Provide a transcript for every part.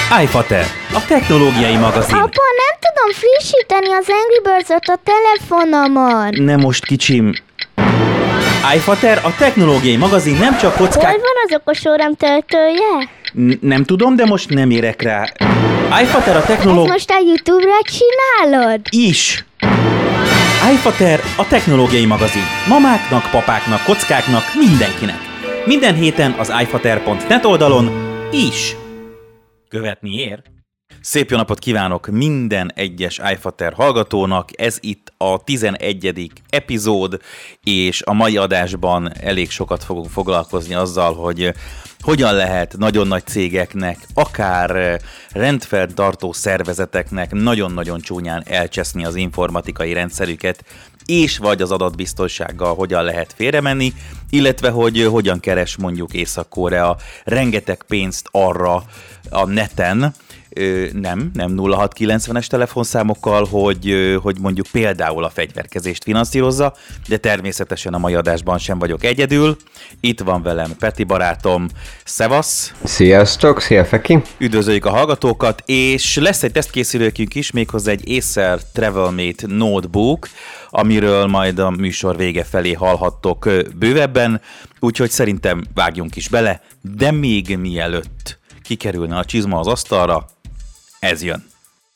iFater, a technológiai magazin. Apa, nem tudom frissíteni az Angry Birds-ot a telefonomon. Nem most, kicsim. iFater, a technológiai magazin nem csak kockák... Hol van az okos órám töltője? Nem tudom, de most nem érek rá. iFater, a Ezt most a YouTube-ra csinálod? Is. iFater, a technológiai magazin. Mamáknak, papáknak, kockáknak, mindenkinek. Minden héten az iFater.net oldalon is. Követni ér. Szép jó napot kívánok minden egyes iFater hallgatónak, ez itt a 11. epizód, és a mai adásban elég sokat fogunk foglalkozni azzal, hogy hogyan lehet nagyon nagy cégeknek, akár rendfenntartó szervezeteknek nagyon-nagyon csúnyán elcseszni az informatikai rendszerüket, és vagy az adatbiztonsággal hogyan lehet félremenni, illetve hogy hogyan keres mondjuk Észak-Korea rengeteg pénzt arra a neten, nem 0690-es telefonszámokkal, hogy mondjuk például a fegyverkezést finanszírozza, de természetesen a mai adásban sem vagyok egyedül. Itt van velem Peti barátom, szevasz! Sziasztok, szia Feki! Üdvözöljük a hallgatókat, és lesz egy tesztkészülőkünk is, méghozzá egy Acer TravelMate Notebook, amiről majd a műsor vége felé hallhattok bővebben, úgyhogy szerintem vágjunk is bele, de még mielőtt kikerülne a csizma az asztalra, ez jön.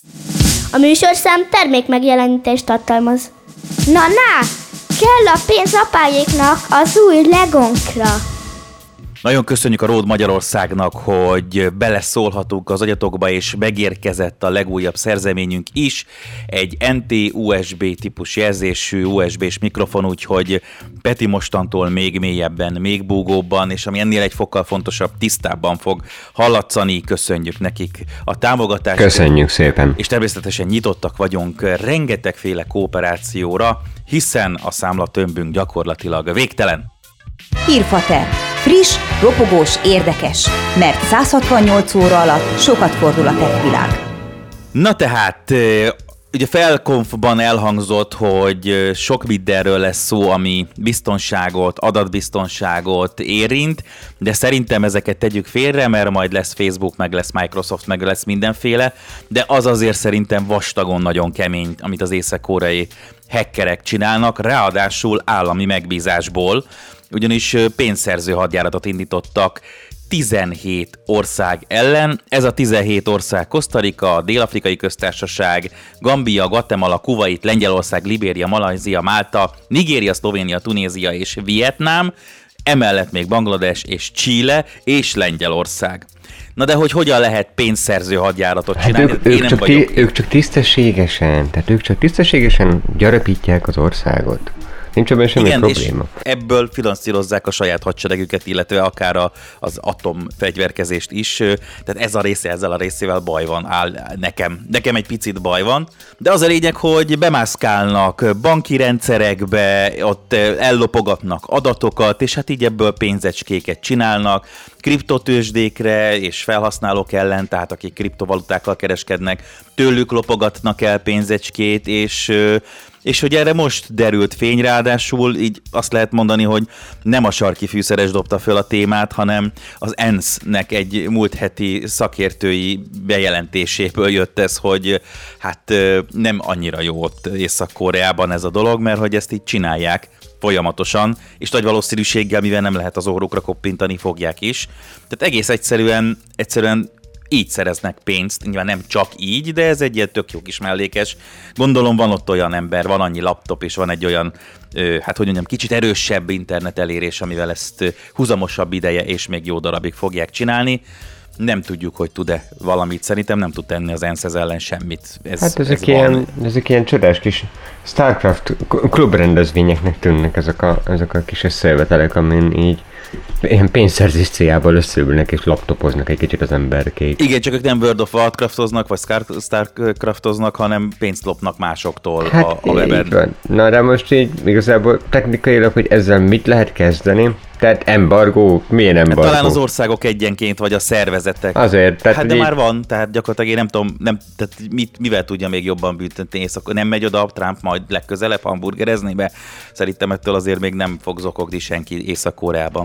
A műsorszám termékmegjelenítést tartalmaz. Na, kell a pénz apáéknak az új Legónkra. Nagyon köszönjük a Rode Magyarországnak, hogy beleszólhatunk az agyatokba, és megérkezett a legújabb szerzeményünk is, egy NT-USB típus jelzésű USB-s mikrofon, úgyhogy Peti mostantól még mélyebben, még búgóbban, és ami ennél egy fokkal fontosabb, tisztábban fog hallatszani. Köszönjük nekik a támogatást. Köszönjük szépen. És természetesen nyitottak vagyunk rengetegféle kooperációra, hiszen a számlatömbünk gyakorlatilag végtelen. Hírfater. Friss, ropogós, érdekes, mert 168 óra alatt sokat fordul a tech világ. Na tehát, ugye Felkonfban elhangzott, hogy sok mindenről lesz szó, ami biztonságot, adatbiztonságot érint, de szerintem ezeket tegyük félre, mert majd lesz Facebook, meg lesz Microsoft, meg lesz mindenféle, de az azért szerintem vastagon nagyon kemény, amit az észak-koreai hackerek csinálnak, ráadásul állami megbízásból, ugyanis pénzszerző hadjáratot indítottak 17 ország ellen. Ez a 17 ország Costa Rica, Dél-Afrikai Köztársaság, Gambia, Guatemala, Kuwait, Lengyelország, Libéria, Malajzia, Málta, Nigéria, Szlovénia, Tunézia és Vietnám, emellett még Banglades és Chile és Lengyelország. Na de hogyan lehet pénzszerző hadjáratot csinálni? Ők csak tisztességesen gyarapítják az országot. Nincs ebben semmi probléma. Ebből finanszírozzák a saját hadseregüket, illetve akár az atomfegyverkezést is. Tehát ezzel a részével baj van, nekem egy picit baj van. De az a lényeg, hogy bemászkálnak banki rendszerekbe, ott ellopogatnak adatokat, és hát így ebből pénzecskéket csinálnak, kriptotőzsdékre és felhasználók ellen, tehát akik kriptovalutákkal kereskednek, tőlük lopogatnak el pénzecskét, és hogy erre most derült fény, ráadásul így azt lehet mondani, hogy nem a sarki fűszeres dobta föl a témát, hanem az ENSZ-nek egy múlt heti szakértői bejelentéséből jött ez, hogy hát nem annyira jó ott Észak-Koreában ez a dolog, mert hogy ezt így csinálják folyamatosan, és nagy valószínűséggel, mivel nem lehet az orrukra koppintani, fogják is. Tehát egész egyszerűen így szereznek pénzt, nyilván nem csak így, de ez egy ilyen tök jó kis mellékes. Gondolom van ott olyan ember, van annyi laptop, és van egy olyan, kicsit erősebb internet elérés, amivel ezt húzamosabb ideje és még jó darabig fogják csinálni. Nem tudjuk, hogy tud-e valamit, szerintem nem tud tenni az ENSZ ellen semmit. Ezek ilyen csodás kis Starcraft klubrendezvényeknek tűnnek ezek a kis összejövetelek, amin így ilyen pénzszerzés céljából összeülnek és laptopoznak egy kicsit az emberkék. Igen, csak ők nem World of Warcraftoznak, vagy Starcraftoznak, hanem pénzt lopnak másoktól a weben. Van. Na de most így igazából technikailag, hogy ezzel mit lehet kezdeni? Tehát embargó, milyen embargó? Talán az országok egyenként, vagy a szervezetek. Azért. Tehát, hát de már van, tehát gyakorlatilag én nem tudom, tehát mivel tudja még jobban büntetni Észak? Nem megy oda Trump majd legközelebb hamburgerezni be? Szerintem ettől azért még nem fog zokogni senki Észak-Koreában.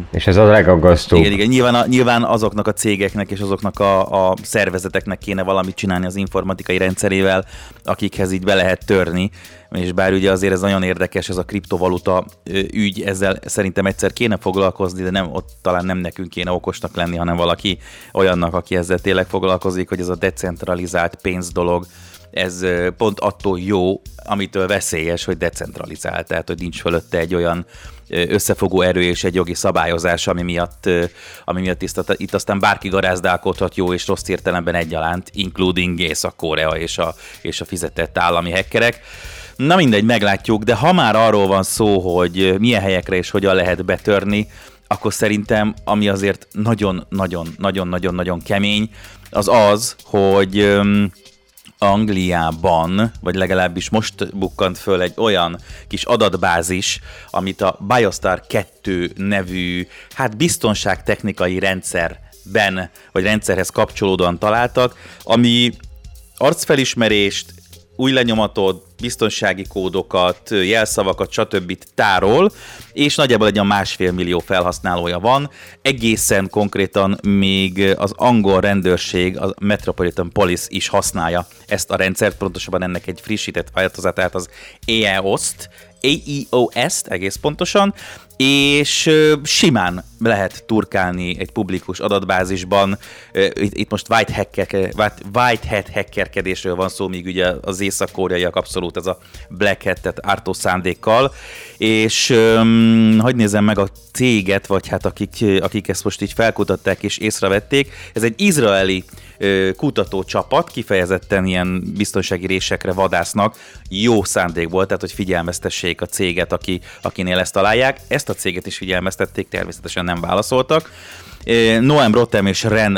van. És ez a legaggasztóbb. Igen, nyilván azoknak a cégeknek és azoknak a szervezeteknek kéne valamit csinálni az informatikai rendszerével, akikhez így be lehet törni, és bár ugye azért ez nagyon érdekes, ez a kriptovaluta ügy, ezzel szerintem egyszer kéne foglalkozni, de nem, ott talán nem nekünk kéne okosnak lenni, hanem valaki olyannak, aki ezzel tényleg foglalkozik, hogy ez a decentralizált pénz dolog, ez pont attól jó, amitől veszélyes, hogy decentralizált, tehát hogy nincs fölötte egy olyan összefogó erő és egy jogi szabályozás, ami miatt itt aztán bárki garázdálkodhat jó és rossz értelemben egyaránt, including Észak-Korea és a fizetett állami hackerek. Na mindegy, meglátjuk, de ha már arról van szó, hogy milyen helyekre és hogyan lehet betörni, akkor szerintem, ami azért nagyon-nagyon kemény, az, hogy Angliában, vagy legalábbis most bukkant föl egy olyan kis adatbázis, amit a Biostar 2 nevű, biztonságtechnikai rendszerben, vagy rendszerhez kapcsolódóan találtak, ami arcfelismerést, új lenyomatot, biztonsági kódokat, jelszavakat, stb. Tárol, és nagyjából egy 1,5 millió felhasználója van. Egészen konkrétan még az angol rendőrség, a Metropolitan Police is használja ezt a rendszert, pontosabban ennek egy frissített változatát, az AEOS-t egész pontosan, és simán lehet turkálni egy publikus adatbázisban. Itt most white hat hackerkedésről van szó, míg ugye az észak-koreaiak abszolút ez a black hat, tehát ártó szándékkal, és hogy nézem meg a céget, vagy akik ezt most így felkutatták és észrevették, ez egy izraeli kutatócsapat, kifejezetten ilyen biztonsági résekre vadásznak, jó szándékból, tehát hogy figyelmeztessék a céget, akinél ezt találják. Ezt a céget is figyelmeztették, természetesen nem válaszoltak. Noam Rotem és Ren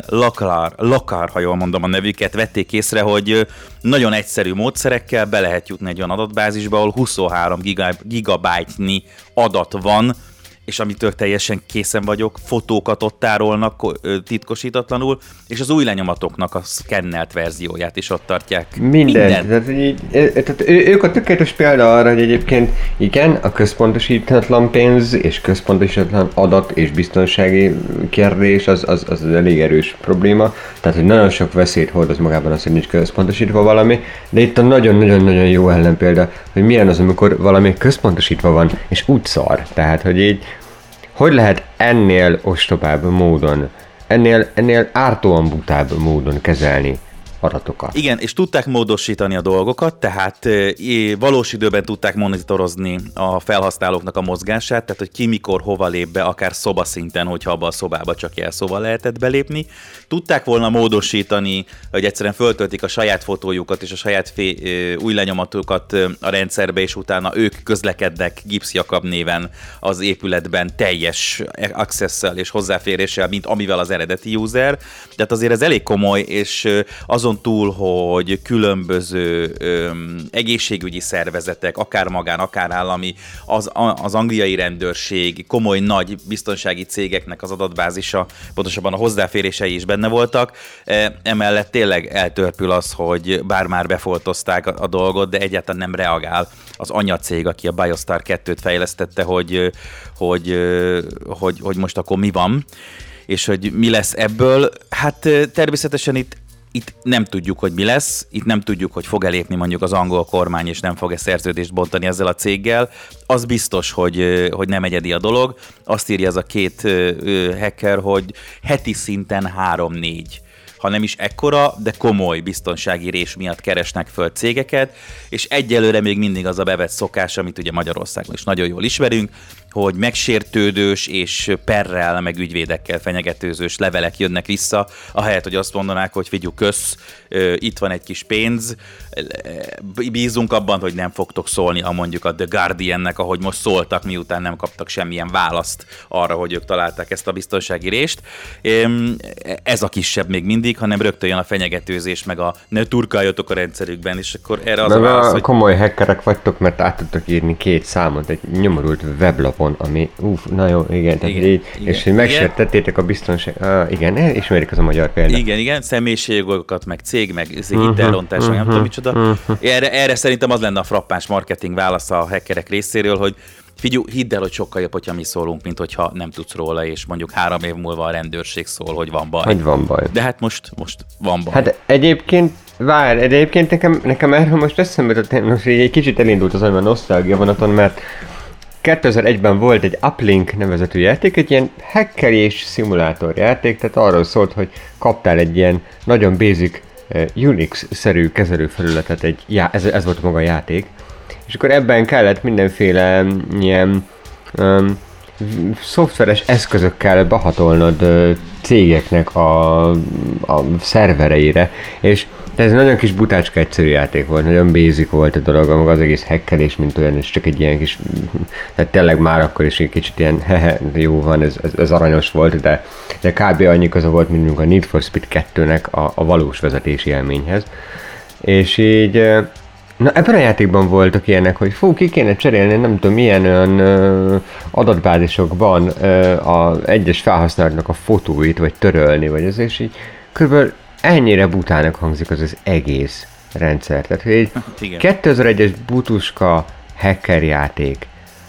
Lakar, ha jól mondom a nevüket, vették észre, hogy nagyon egyszerű módszerekkel be lehet jutni egy olyan adatbázisba, ahol 23 gigabyte-nyi adat van, és amitől teljesen készen vagyok, fotókat ott tárolnak titkosítatlanul, és az új lenyomatoknak a szkennelt verzióját is ott tartják. Minden. Tehát ők a tökéletes példa arra, hogy egyébként igen, a központosítatlan pénz és központosítatlan adat és biztonsági kérdés az elég erős probléma, tehát hogy nagyon sok veszélyt hordoz magában az, hogy nincs központosítva valami, de itt a nagyon-nagyon-nagyon jó ellenpélda, hogy milyen az, amikor valami központosítva van, és úgy szar. Tehát, hogy így hogy lehet ennél ostobább módon, ennél ártóan butább módon kezelni adatokat? Igen, és tudták módosítani a dolgokat, tehát valós időben tudták monitorozni a felhasználóknak a mozgását, tehát hogy ki mikor hova lép be, akár szobaszinten, hogyha abba a szobába csak jelszóval lehetett belépni. Tudták volna módosítani, hogy egyszerűen föltöltik a saját fotójukat és a saját új lenyomatukat a rendszerbe, és utána ők közlekednek Gibbs Jakab néven az épületben teljes access-szel és hozzáféréssel, mint amivel az eredeti user. Tehát azért ez elég komoly, és azon túl, hogy különböző egészségügyi szervezetek, akár magán, akár állami, az angliai rendőrség, komoly nagy biztonsági cégeknek az adatbázisa, pontosabban a hozzáférései is benne voltak. Emellett tényleg eltörpül az, hogy bár már befoltozták a dolgot, de egyáltalán nem reagál az anyacég, aki a Biostar 2-t fejlesztette, hogy most akkor mi van, és hogy mi lesz ebből. Hát természetesen itt nem tudjuk, hogy mi lesz, itt nem tudjuk, hogy fog elépni mondjuk az angol kormány, és nem fog-e szerződést bontani ezzel a céggel. Az biztos, hogy nem egyedi a dolog. Azt írja ez a két hacker, hogy heti szinten 3-4. Ha nem is ekkora, de komoly biztonsági rés miatt keresnek föl cégeket, és egyelőre még mindig az a bevett szokás, amit ugye Magyarországon is nagyon jól ismerünk, hogy megsértődős és perrel, meg ügyvédekkel fenyegetőzős levelek jönnek vissza, ahelyett, hogy azt mondanák, hogy figyelj, kösz, itt van egy kis pénz, bízunk abban, hogy nem fogtok szólni mondjuk a The Guardiannek, ahogy most szóltak, miután nem kaptak semmilyen választ arra, hogy ők találták ezt a biztonsági rést. Ez a kisebb még mindig, hanem rögtön jön a fenyegetőzés, meg a ne turkáljatok a rendszerükben, és akkor erre az a válasz, hogy... komoly hackerek vagytok, mert át tudtok írni 2 számot egy nyomorult weblapon, ami, na jó, igen, tehát így, és hogy megsértettétek a biztonság, igen, ismerik az a magyar példa. Igen, személyiségjogokat, meg cég, meg hitelrontás, nem tudom micsoda. Erre szerintem az lenne a frappáns marketing válasz a hackerek részéről, hogy Figyelj, hidd el, hogy sokkal jobb, hogyha mi szólunk, mint hogyha nem tudsz róla, és mondjuk 3 év múlva a rendőrség szól, hogy van baj. Hogy van baj. De hát most van baj. Hát egyébként nekem erről most eszembe jutott, most egy kicsit elindult az olyan nosztalgia vonaton, mert 2001-ben volt egy Uplink nevezetű játék, egy ilyen hackerés szimulátor játék, tehát arról szólt, hogy kaptál egy ilyen nagyon basic Unix-szerű kezelőfelületet, ez volt maga a játék, és akkor ebben kellett mindenféle ilyen szoftveres eszközökkel behatolnod cégeknek a szervereire, és ez nagyon kis butácska egyszerű játék volt, nagyon basic volt a dolog, maga az egész hackelés, mint olyan, és csak egy ilyen kis, tehát tényleg már akkor is egy kicsit ilyen, jó van, ez aranyos volt, de kb. Annyi köze volt, mint a Need for Speed 2-nek a valós vezetési élményhez. És így, na ebben a játékban voltak ilyenek, hogy ki kéne cserélni, nem tudom, milyen olyan adatbázisokban az egyes felhasználóknak a fotóit, vagy törölni, vagy ez, és így körülbelül ennyire butának hangzik az egész rendszer. Tehát, hogy egy 2001-es butuska hacker játék,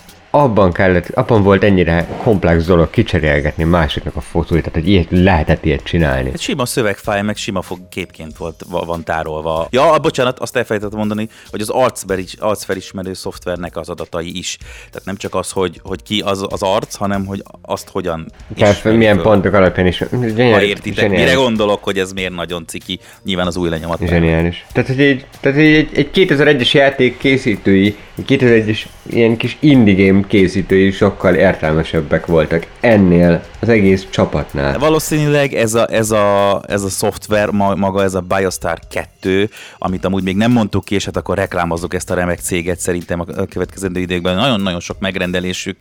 abban volt ennyire komplex dolog kicserélgetni másiknak a fotóit, tehát hogy lehetett ilyet csinálni. Ez sima szövegfájl, meg sima képként van tárolva. Ja, bocsánat, azt elfelejtettem mondani, hogy az arcfelismerő szoftvernek az adatai is. Tehát nem csak az, hogy ki az arc, hanem hogy azt hogyan ismeri milyen pontok alapján is. Ha értitek, mire gondolok, hogy ez miért nagyon ciki, nyilván az új lenyomat. Zseniális. Tehát egy 2001-es játék készítői, 2001-es ilyen kis indie game készítői sokkal értelmesebbek voltak ennél az egész csapatnál. Valószínűleg ez a szoftver, maga ez a BioStar 2, amit amúgy még nem mondtuk ki, és hát akkor reklámozzuk ezt a remek céget, szerintem a következő időkben nagyon-nagyon sok megrendelésük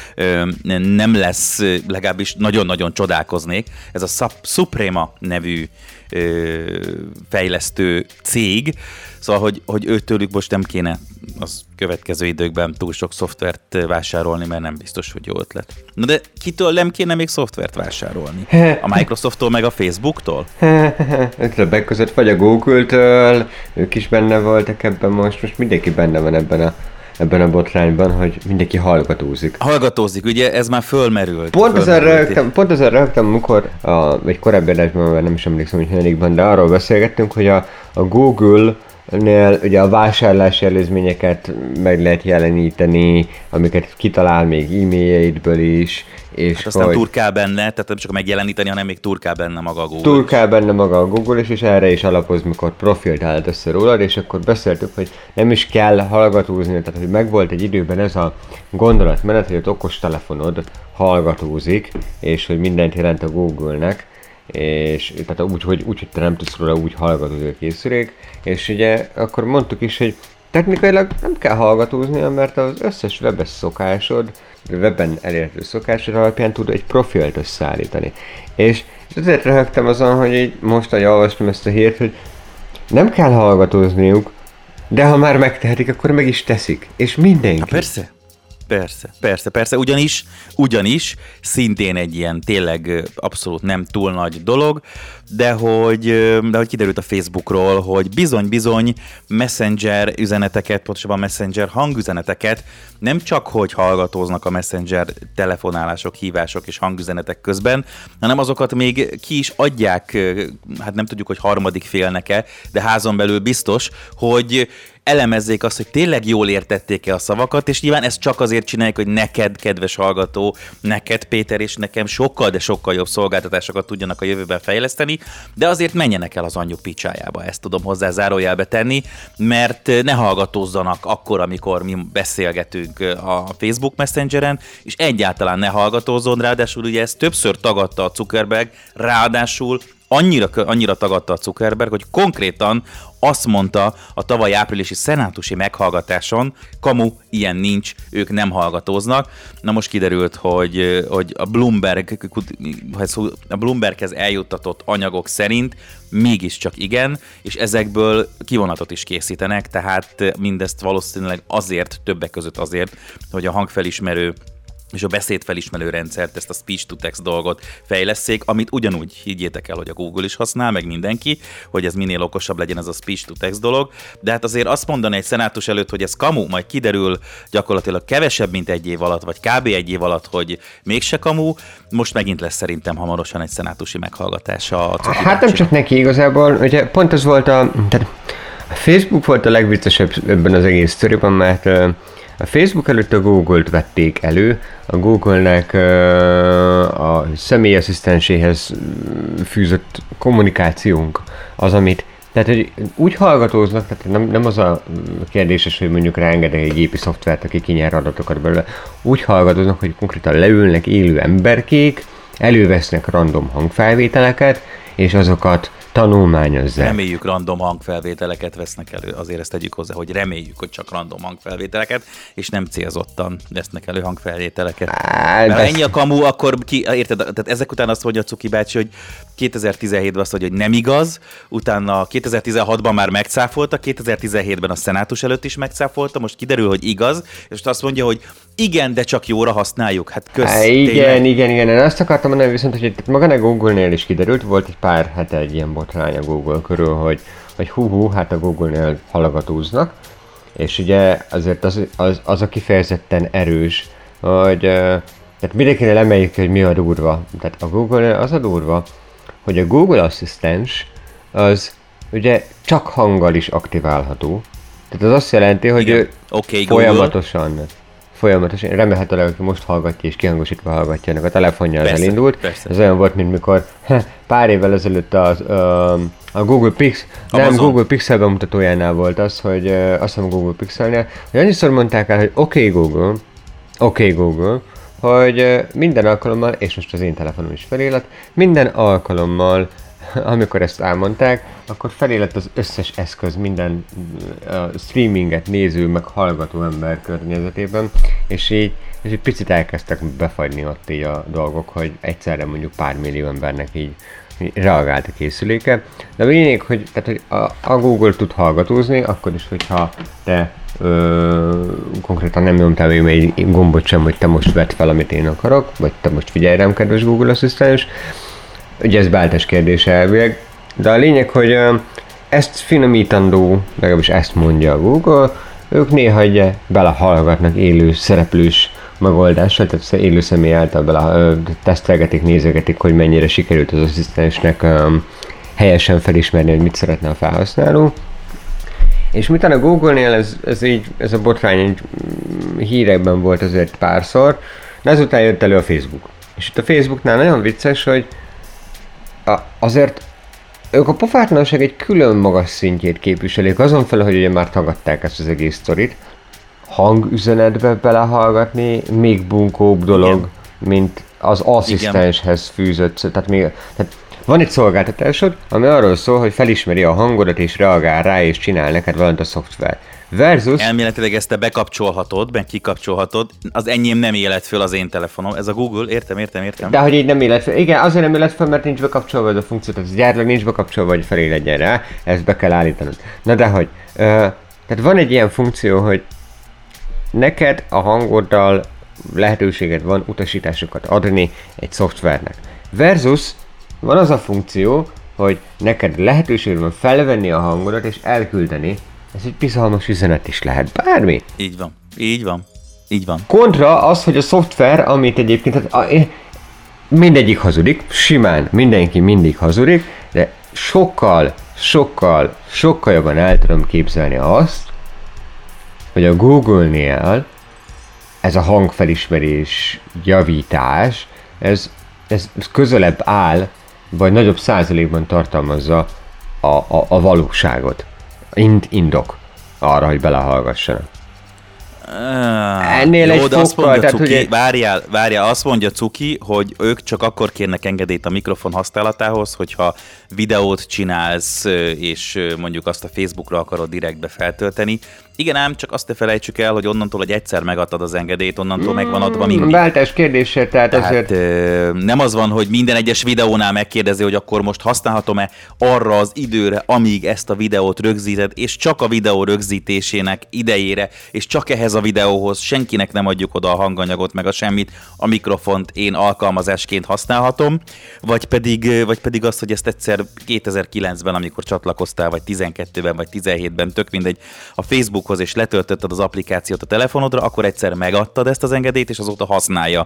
nem lesz, legalábbis nagyon-nagyon csodálkoznék. Ez a Suprema nevű fejlesztő cég, szóval, hogy őtőlük most nem kéne az következő időkben túl sok szoftvert vásárolni, mert nem biztos, hogy jó ötlet. Na de kitől nem kéne még szoftvert vásárolni? A Microsofttól meg a Facebooktól? Többek között vagy a Google-től, ők is benne voltak ebben most mindenki benne van ebben a botrányban, hogy mindenki hallgatózik. Hallgatózik, ugye ez már fölmerült. Pont ezzel rögtem, amikor egy korábbi adásban, nem is emlékszem, hogy hányadikban, de arról beszélgettünk, hogy a Google-nél ugye a vásárlási előzményeket meg lehet jeleníteni, amiket kitalál még e-mailjeidből is, és hát aztán turkál benne, tehát nem csak megjeleníteni, hanem még turkál benne maga a Google. Turkál benne maga a Google is, és erre is alapoz, mikor profilt állt össze rólad, és akkor beszéltük, hogy nem is kell hallgatózni, tehát hogy megvolt egy időben ez a gondolatmenet, hogy az okostelefonod hallgatózik, és hogy mindent jelent a Google-nek, és tehát úgy, hogy te nem tudsz róla úgy hallgatózni a készülék, és ugye akkor mondtuk is, hogy technikailag nem kell hallgatóznia, mert az összes webes szokásod, webben elérhető szokásod alapján tud egy profilt összeállítani. És azért röhögtem azon, hogy így most, ahogy olvastam ezt a hírt, hogy nem kell hallgatózniuk, de ha már megtehetik, akkor meg is teszik. És mindenki. Ha persze. Ugyanis szintén egy ilyen tényleg abszolút nem túl nagy dolog, de hogy kiderült a Facebookról, hogy bizony Messenger üzeneteket, pontosabban Messenger hangüzeneteket nem csak hogy hallgatóznak a Messenger telefonálások, hívások és hangüzenetek közben, hanem azokat még ki is adják, hát nem tudjuk, hogy harmadik félnek-e, de házon belül biztos, hogy elemezzék azt, hogy tényleg jól értették-e a szavakat, és nyilván ezt csak azért csinálják, hogy neked, kedves hallgató, neked, Péter, és nekem sokkal, de sokkal jobb szolgáltatásokat tudjanak a jövőben fejleszteni, de azért menjenek el az anyjuk picsájába, ezt tudom hozzá zárójelbe tenni, mert ne hallgatózzanak akkor, amikor mi beszélgetünk a Facebook Messengeren, és egyáltalán ne hallgatózzon, ráadásul ugye ezt többször tagadta a Zuckerberg, ráadásul annyira tagadta a Zuckerberg, hogy konkrétan azt mondta a tavaly áprilisi szenátusi meghallgatáson, kamu, ilyen nincs, ők nem hallgatóznak. Na most kiderült, hogy a Bloomberghez eljuttatott anyagok szerint mégiscsak igen, és ezekből kivonatot is készítenek, tehát mindezt valószínűleg azért, többek között azért, hogy a hangfelismerő és a beszédfelismerő rendszert, ezt a speech-to-text dolgot fejlesszék, amit ugyanúgy higgyétek el, hogy a Google is használ, meg mindenki, hogy ez minél okosabb legyen ez a speech-to-text dolog, de hát azért azt mondani egy szenátus előtt, hogy ez kamu, majd kiderül gyakorlatilag kevesebb, mint egy év alatt, vagy kb. Egy év alatt, hogy mégse kamu, most megint lesz szerintem hamarosan egy szenátusi meghallgatása. Hát nem csak neki igazából, ugye pont az volt a Facebook volt a legviccesebb ebben az egész sztoriban, mert a Facebook előtt a Google-t vették elő, a Google-nek a személyasszisztenséhez fűzött kommunikációnk az, amit, tehát hogy úgy hallgatóznak, tehát nem az a kérdéses, hogy mondjuk ráengedek egy gépi szoftvert, aki kinyer adatokat belőle, úgy hallgatóznak, hogy konkrétan leülnek élő emberkék, elővesznek random hangfelvételeket, és azokat tanulmányozzák. Reméljük random hangfelvételeket vesznek elő, azért ezt tegyük hozzá, hogy reméljük, hogy csak random hangfelvételeket, és nem célzottan vesznek elő hangfelvételeket. Mert ennyi a kamu, akkor érted, tehát ezek után azt mondja Cuki bácsi, hogy 2017-ben azt mondja, hogy nem igaz, utána 2016-ban már megcáfolta, 2017-ben a szenátus előtt is megcáfolta, most kiderül, hogy igaz, és azt mondja, hogy igen, de csak jóra használjuk. Hát igen. Én azt akartam mondani viszont, hogy maga a Google-nél is kiderült, volt egy pár hete egy ilyen botrány a Google körül, hogy hát a Google-nél hallgatóznak, és ugye azért az a kifejezetten erős, hogy tehát mindenkinél emeljük, hogy mi a durva. Tehát a Google-nél az a durva, hogy a Google Asszisztens az ugye csak hanggal is aktiválható. Tehát az azt jelenti, hogy ő folyamatosan, remélhetőleg, aki most hallgatja és kihangosítva hallgatja, ennek a telefonja az elindult. Persze. Ez olyan volt, mint mikor pár évvel ezelőtt a Google Google Pixel bemutatójánál volt az, hogy azt hiszem Google Pixelnél, hogy annyiszor mondták el, hogy oké Google, hogy minden alkalommal, és most az én telefonom is felélet, minden alkalommal, amikor ezt elmondták, akkor felélet az összes eszköz, minden streaminget néző, meg hallgató ember környezetében, és így picit elkezdtek befagyni ott így a dolgok, hogy egyszerre mondjuk pár millió embernek így reagált a készüléke. De a lényeg, hogy a Google tud hallgatózni, akkor is, hogyha te konkrétan nem nyomtál még egy gombot sem, hogy te most vedd fel, amit én akarok, vagy te most figyelj rám, kedves Google Asszisztens. Ugye ez beállítás kérdése elvileg, de a lényeg, hogy ezt finomítandó, legalábbis ezt mondja a Google, ők néha belehallgatnak élő szereplős megoldással, tehát élő személy által tesztelgetik, nézegetik, hogy mennyire sikerült az asszisztensnek helyesen felismerni, hogy mit szeretne a felhasználó. És miután a Google-nél ez a botrány hírekben volt azért párszor, de ezután jött elő a Facebook. És itt a Facebooknál nagyon vicces, hogy azért ők a pofátlanság egy külön magas szintjét képviselik, azon fel, hogy ugye már tagadták ezt az egész sztorit. Hangüzenetbe belehallgatni még bunkóbb dolog, mint az asszisztenshez fűzött. Tehát van egy szolgáltatásod, ami arról szól, hogy felismeri a hangodat és reagál rá és csinál neked valamit a szoftver. Versus... Elméletileg ezt te bekapcsolhatod, meg kikapcsolhatod, az enyém nem élet föl az én telefonom, ez a Google, értem. De hogy így nem élet föl, igen, azért nem élet föl, mert nincs bekapcsolva ez a funkció, tehát gyárlag nincs bekapcsolva, hogy felé legyen rá, ezt be kell állítanod. Na de hogy, tehát van egy ilyen funkció, hogy neked a hangoddal lehetőséged van utasításokat adni egy szoftvernek. Versus van az a funkció, hogy neked lehetőséged van felvenni a hangodat és elküldeni. Ez egy bizalmas üzenet is lehet, bármi. Így van. Kontra az, hogy a szoftver, amit egyébként, mindegyik hazudik, simán, mindenki mindig hazudik, de sokkal jobban el tudom képzelni azt, hogy a Google-nél ez a hangfelismerés javítás, ez közelebb áll, vagy nagyobb százalékban tartalmazza a valóságot. Indok arra, hogy belehallgassanak. Ennél egy fokkal, tehát Cuki, hogy... Várjál, azt mondja Cuki, hogy ők csak akkor kérnek engedélyt a mikrofon használatához, hogyha videót csinálsz, és mondjuk azt a Facebookra akarod direktbe feltölteni. Igen ám, csak azt ne felejtsük el, hogy onnantól, hogy egyszer megadtad az engedélyt, onnantól megvan adva mindig. Váltás kérdése, tehát azért... Nem az van, hogy minden egyes videónál megkérdezi, hogy akkor most használhatom-e arra az időre, amíg ezt a videót rögzíted, és csak a videó rögzítésének idejére, és csak ehhez a videóhoz senkinek nem adjuk oda a hanganyagot, meg a semmit, a mikrofont én alkalmazásként használhatom, vagy pedig azt, hogy ezt egyszer 2009-ben, amikor csatlakoztál, vagy 12-ben, vagy 17-ben, tök mindegy, a Facebookhoz, és letöltötted az applikációt a telefonodra, akkor egyszer megadtad ezt az engedélyt, és azóta használja.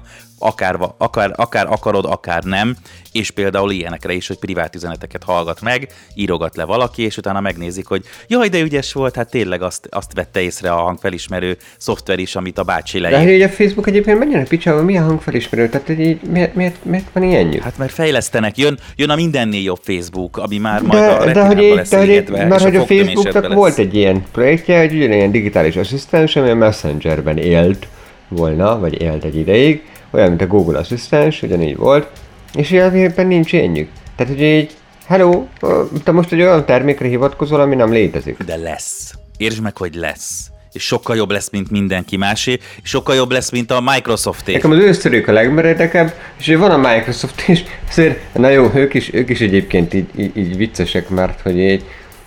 Akár akarod, akár nem, és például ilyenekre is, hogy privát üzeneteket hallgat meg, írogat le valaki, és utána megnézik, hogy jaj, de ügyes volt, hát tényleg azt vette észre a hangfelismerő szoftver is, amit a bácsi leírt. De hogy a Facebook egyébként menjen a picsába, mi a hangfelismerő? Tehát így, miért van ilyenjük? Hát mert fejlesztenek, jön a mindennél jobb Facebook, ami már majd a retinában lesz égetve. Mert hogy a Facebooknak volt egy ilyen projektje, hogy ugyanilyen digitális asszisztens, ami a Messengerben élt volna, vagy élt egy ideig, olyan, mint a Google asszisztens, ugyanígy volt, és ilyenben nincs ilyenjük. Tehát, hogy így, hello, te most egy olyan termékre hivatkozol, ami nem létezik. De lesz. Értsd meg, hogy lesz. És sokkal jobb lesz, mint mindenki másé, és sokkal jobb lesz, mint a Microsofté. Nekem az őszörők a legmeredekebb, és van a Microsoft is, azért, na jó, ők is egyébként így viccesek, mert hogy így,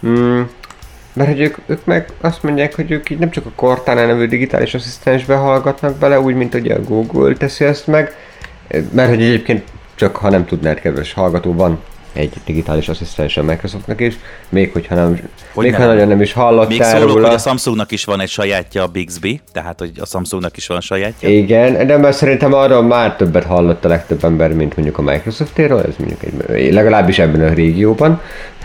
mert hogy ők meg azt mondják, hogy ők így nem csak a Cortana nevű digitális asszisztensbe hallgatnak bele, úgy, mint ugye a Google teszi ezt meg, mert hogy egyébként csak ha nem tudnád, kedves hallgató, van egy digitális asszisztens a Microsoftnak is, még hogyha nem, ha nagyon nem is hallottál még szólok, róla. hogy a Samsungnak is van egy sajátja, a Bixby, tehát hogy a Samsungnak is van sajátja. Igen, de mert szerintem arról már többet hallott a legtöbb ember, mint mondjuk a Microsoftéről, ez mondjuk legalábbis ebben a régióban.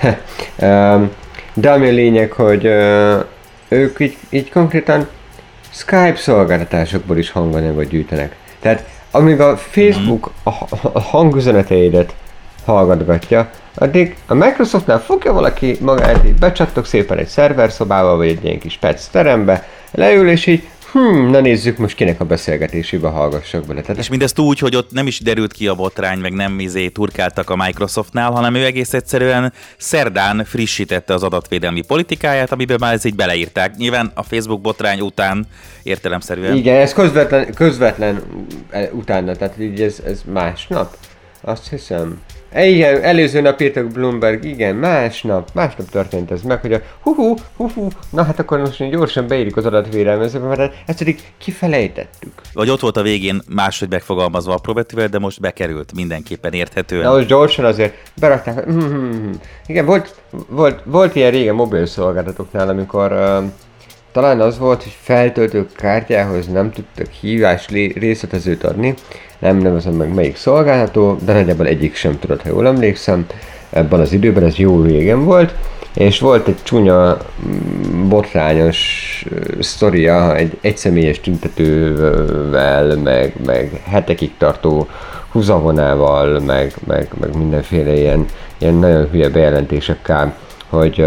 De ami a lényeg, hogy ők így konkrétan Skype szolgáltatásokból is hanganyagot gyűjtenek. Tehát amíg a Facebook a hangüzeneteidet hallgatgatja, addig a Microsoftnál fogja valaki magát, így becsattok szépen egy szerverszobába, vagy egy ilyen kis perc terembe, leül és így, na nézzük most kinek a beszélgetésébe hallgassak bele. És mindezt úgy, hogy ott nem is derült ki a botrány, meg nem turkáltak a Microsoftnál, hanem ő egész egyszerűen szerdán frissítette az adatvédelmi politikáját, amiben már ezt így beleírták. Nyilván a Facebook botrány után értelemszerűen. Igen, ez közvetlen utána, tehát így ez másnap, azt hiszem. Igen, előző nap írtak Bloomberg, igen, másnap történt ez meg, hogy a na hát akkor most gyorsan beírjuk az adatvédelmezőbe, mert ezt pedig kifelejtettük. Vagy ott volt a végén máshogy megfogalmazva apró betűvel, de most bekerült mindenképpen érthetően. Na most gyorsan azért berakták, igen, volt ilyen régen mobil szolgáltatóknál, amikor talán az volt, hogy feltöltő kártyához nem tudtak hívás részletezőt adni, nem nevezem meg melyik szolgáltató, de nagyjából egyik sem tudott, ha jól emlékszem, ebben az időben, ez jó régen volt, és volt egy csúnya, botrányos sztoria egy egyszemélyes tüntetővel, meg hetekig tartó húzavonával, meg mindenféle ilyen nagyon hülye bejelentésekkel, hogy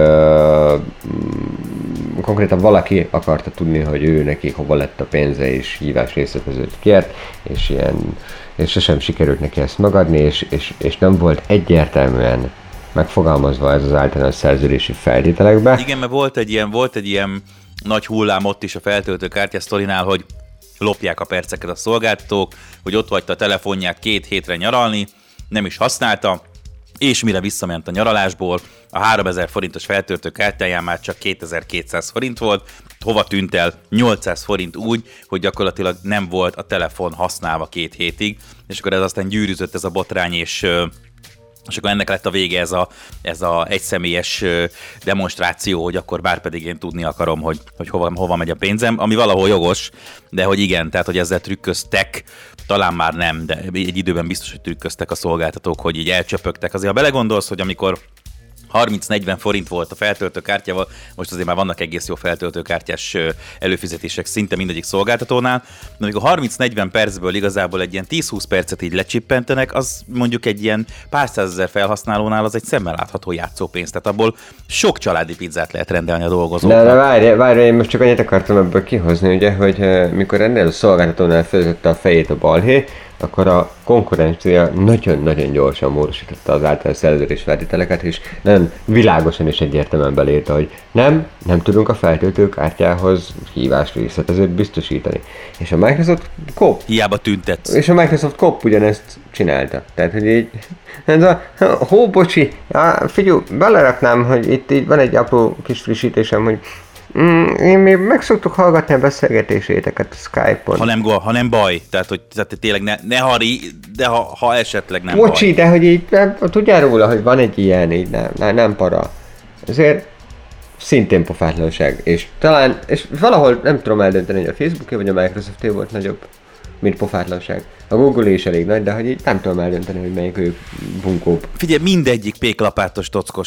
konkrétan valaki akarta tudni, hogy ő neki hova lett a pénze, és hívás részletezőt kért, és sosem sikerült neki ezt megadni, és nem volt egyértelműen megfogalmazva ez az általános szerződési feltételekben. Igen, mert volt egy ilyen nagy hullám ott is a feltöltő kártya sztorinál, hogy lopják a perceket a szolgáltatók, hogy ott hagyta a telefonját 2 hétre nyaralni, nem is használta, és mire visszament a nyaralásból, a 3000 forintos feltöltő kártyáján már csak 2200 forint volt, hova tűnt el 800 forint úgy, hogy gyakorlatilag nem volt a telefon használva 2 hétig, és akkor ez aztán gyűrűzött ez a botrány, és akkor ennek lett a vége ez a egyszemélyes demonstráció, hogy akkor bárpedig én tudni akarom, hogy hova megy a pénzem, ami valahol jogos, de hogy igen, tehát hogy ezzel trükköztek, talán már nem, de egy időben biztos, hogy trükköztek a szolgáltatók, hogy így elcsöpögtek. Azért ha belegondolsz, hogy amikor 30-40 forint volt a feltöltőkártyával, most azért már vannak egész jó feltöltőkártyás előfizetések szinte mindegyik szolgáltatónál, de amikor 30-40 percből igazából egy ilyen 10-20 percet így lecsippentenek, az mondjuk egy ilyen pár százezer felhasználónál az egy szemmel látható játszópénz, tehát abból sok családi pizzát lehet rendelni a dolgozóknak. De várj, én most csak annyit akartam ebből kihozni, ugye, hogy mikor ennél a szolgáltatónál fölötte a fejét a balhé, akkor a konkurencia nagyon-nagyon gyorsan módosította az által szerződés feltételeket, és nagyon világosan és egyértelműen belírta, hogy nem tudunk a feltöltőkártyához hívás részletezőt biztosítani. És a Microsoft COP. Hiába tüntetsz. És a Microsoft COP ugyanezt csinálta. Tehát, hogy így, bocsi, figyelj, beleraknám, hogy itt így van egy apró kis frissítésem, hogy én még meg szoktuk hallgatni a beszélgetéséteket a Skype-on. Ha nem baj, tehát hogy tényleg ne harri, de ha esetleg nem bocsi, baj. De hogy így tudjál róla, hogy van egy ilyen, így nem para. Ezért szintén pofátlanság. És talán, és valahol nem tudom eldönteni, hogy a Facebook-é vagy a Microsoft-é volt nagyobb, mint pofátlanság. A Google is elég nagy, de hogy így nem tudom eldönteni, hogy melyik ők bunkóbb. Figyelj, mindegyik péklapátos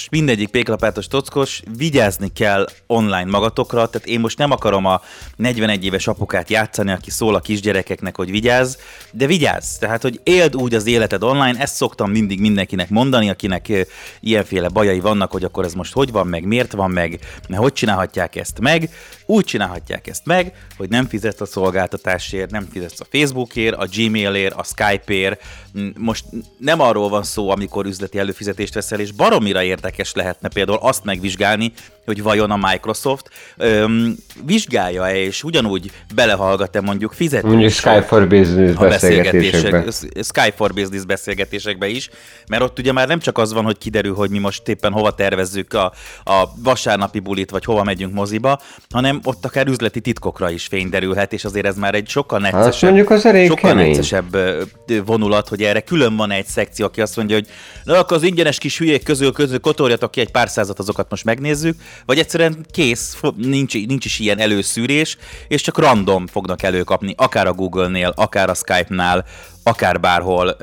tockos, vigyázni kell online magatokra, tehát én most nem akarom a 41 éves apukát játszani, aki szól a kisgyerekeknek, hogy vigyázz, de vigyázz, tehát hogy éld úgy az életed online, ezt szoktam mindig mindenkinek mondani, akinek ilyenféle bajai vannak, hogy akkor ez most hogy van meg, miért van meg, hogy csinálhatják ezt meg, úgy csinálhatják ezt meg, hogy nem fizetsz a szolgáltatásért, nem fizetsz a Facebookért, a Gmailért, a Skype-ért. Most nem arról van szó, amikor üzleti előfizetést veszel, és baromira érdekes lehetne például azt megvizsgálni, hogy vajon a Microsoft vizsgálja-e, és ugyanúgy belehallgat-e mondjuk fizetős mondjuk Skype for Business beszélgetésekbe. Skype for Business beszélgetésekbe is, mert ott ugye már nem csak az van, hogy kiderül, hogy mi most éppen hova tervezzük a vasárnapi bulit, vagy hova megyünk moziba, hanem ott akár üzleti titkokra is fény derülhet, és azért ez már egy sokkal neccesebb vonulat, hogy erre külön van egy szekció, aki azt mondja, hogy na, akkor az ingyenes kis hülyék közül kotorjatok ki egy pár százat, azokat most megnézzük, vagy egyszerűen kész, nincs is ilyen előszűrés, és csak random fognak előkapni, akár a Google-nél, akár a Skype-nál, akár bárhol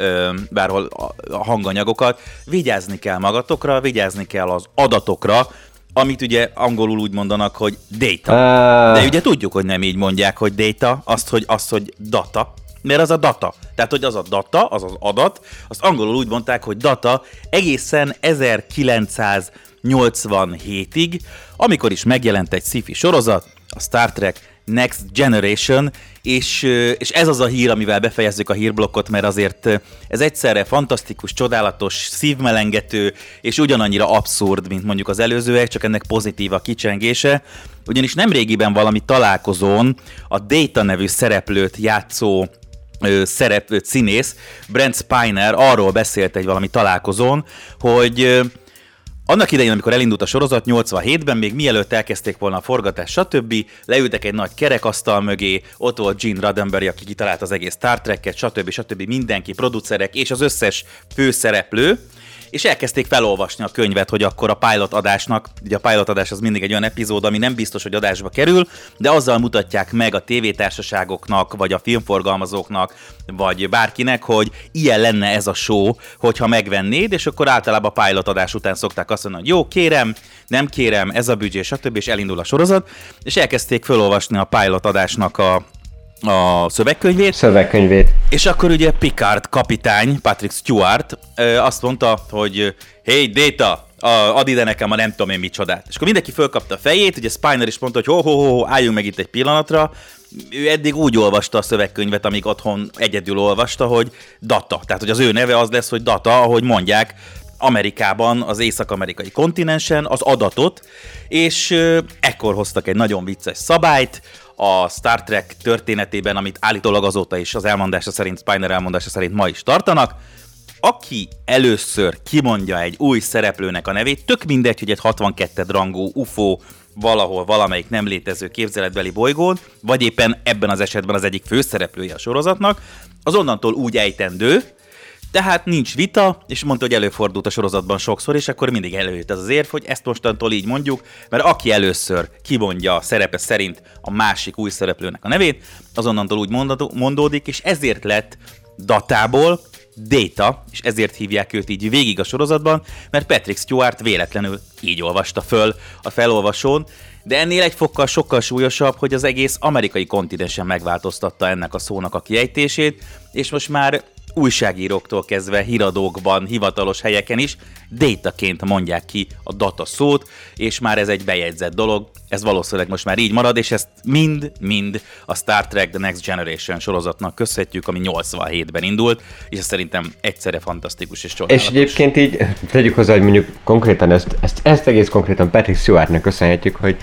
a hanganyagokat. Vigyázni kell magatokra, vigyázni kell az adatokra, amit ugye angolul úgy mondanak, hogy data. De ugye tudjuk, hogy nem így mondják, hogy data, azt, hogy data, mert az a data. Tehát, hogy az a data, az az adat, azt angolul úgy mondták, hogy data egészen 1987-ig, amikor is megjelent egy sci-fi sorozat, a Star Trek Next Generation, és ez az a hír, amivel befejezzük a hírblokkot, mert azért ez egyszerre fantasztikus, csodálatos, szívmelengető, és ugyanannyira abszurd, mint mondjuk az előzőek, csak ennek pozitív a kicsengése. Ugyanis nemrégiben valami találkozón a Data nevű szereplőt játszó színész, Brent Spiner arról beszélt egy valami találkozón, hogy annak idején, amikor elindult a sorozat 87-ben, még mielőtt elkezdték volna a forgatás, stb., leültek egy nagy kerekasztal mögé, ott volt Gene Roddenberry, aki kitalált az egész Star Trek-et, stb. Mindenki, producerek és az összes főszereplő, és elkezdték felolvasni a könyvet, hogy akkor a pilot adásnak, ugye a pilot adás az mindig egy olyan epizód, ami nem biztos, hogy adásba kerül, de azzal mutatják meg a tévétársaságoknak, vagy a filmforgalmazóknak, vagy bárkinek, hogy ilyen lenne ez a show, hogyha megvennéd, és akkor általában a pilot adás után szokták azt mondani, hogy jó, kérem, nem kérem, ez a büdzsé, stb., és elindul a sorozat, és elkezdték felolvasni a pilot adásnak a szövegkönyvét. És akkor ugye Picard kapitány, Patrick Stewart azt mondta, hogy hey Data, add ide nekem a nem tudom én micsodát. És akkor mindenki fölkapta a fejét, ugye Spiner is mondta, hogy álljunk meg itt egy pillanatra. Ő eddig úgy olvasta a szövegkönyvet, amíg otthon egyedül olvasta, hogy Data. Tehát, hogy az ő neve az lesz, hogy Data, ahogy mondják, Amerikában, az észak-amerikai kontinensen az adatot, és ekkor hoztak egy nagyon vicces szabályt a Star Trek történetében, amit állítólag azóta is az elmondása szerint, Spiner elmondása szerint ma is tartanak. Aki először kimondja egy új szereplőnek a nevét, tök mindegy, hogy egy 62 rangú UFO valahol valamelyik nem létező képzeletbeli bolygón, vagy éppen ebben az esetben az egyik főszereplője a sorozatnak, az onnantól úgy ejtendő, tehát nincs vita, és mondta, hogy előfordult a sorozatban sokszor, és akkor mindig előjött az érv, hogy ezt mostantól így mondjuk, mert aki először kimondja a szerepe szerint a másik új szereplőnek a nevét, azonnantól úgy mondódik, és ezért lett Datából Data, és ezért hívják őt így végig a sorozatban, mert Patrick Stewart véletlenül így olvasta föl a felolvasón, de ennél egy fokkal sokkal súlyosabb, hogy az egész amerikai kontinensen megváltoztatta ennek a szónak a kiejtését, és most már újságíróktól kezdve híradókban, hivatalos helyeken is dataként mondják ki a data szót, és már ez egy bejegyzett dolog, ez valószínűleg most már így marad, és ezt mind a Star Trek The Next Generation sorozatnak köszönhetjük, ami 87-ben indult, és ez szerintem egyszerre fantasztikus és csodálatos. És egyébként így tegyük hozzá, hogy mondjuk konkrétan ezt egész konkrétan Patrick Stewartnak köszönhetjük, hogy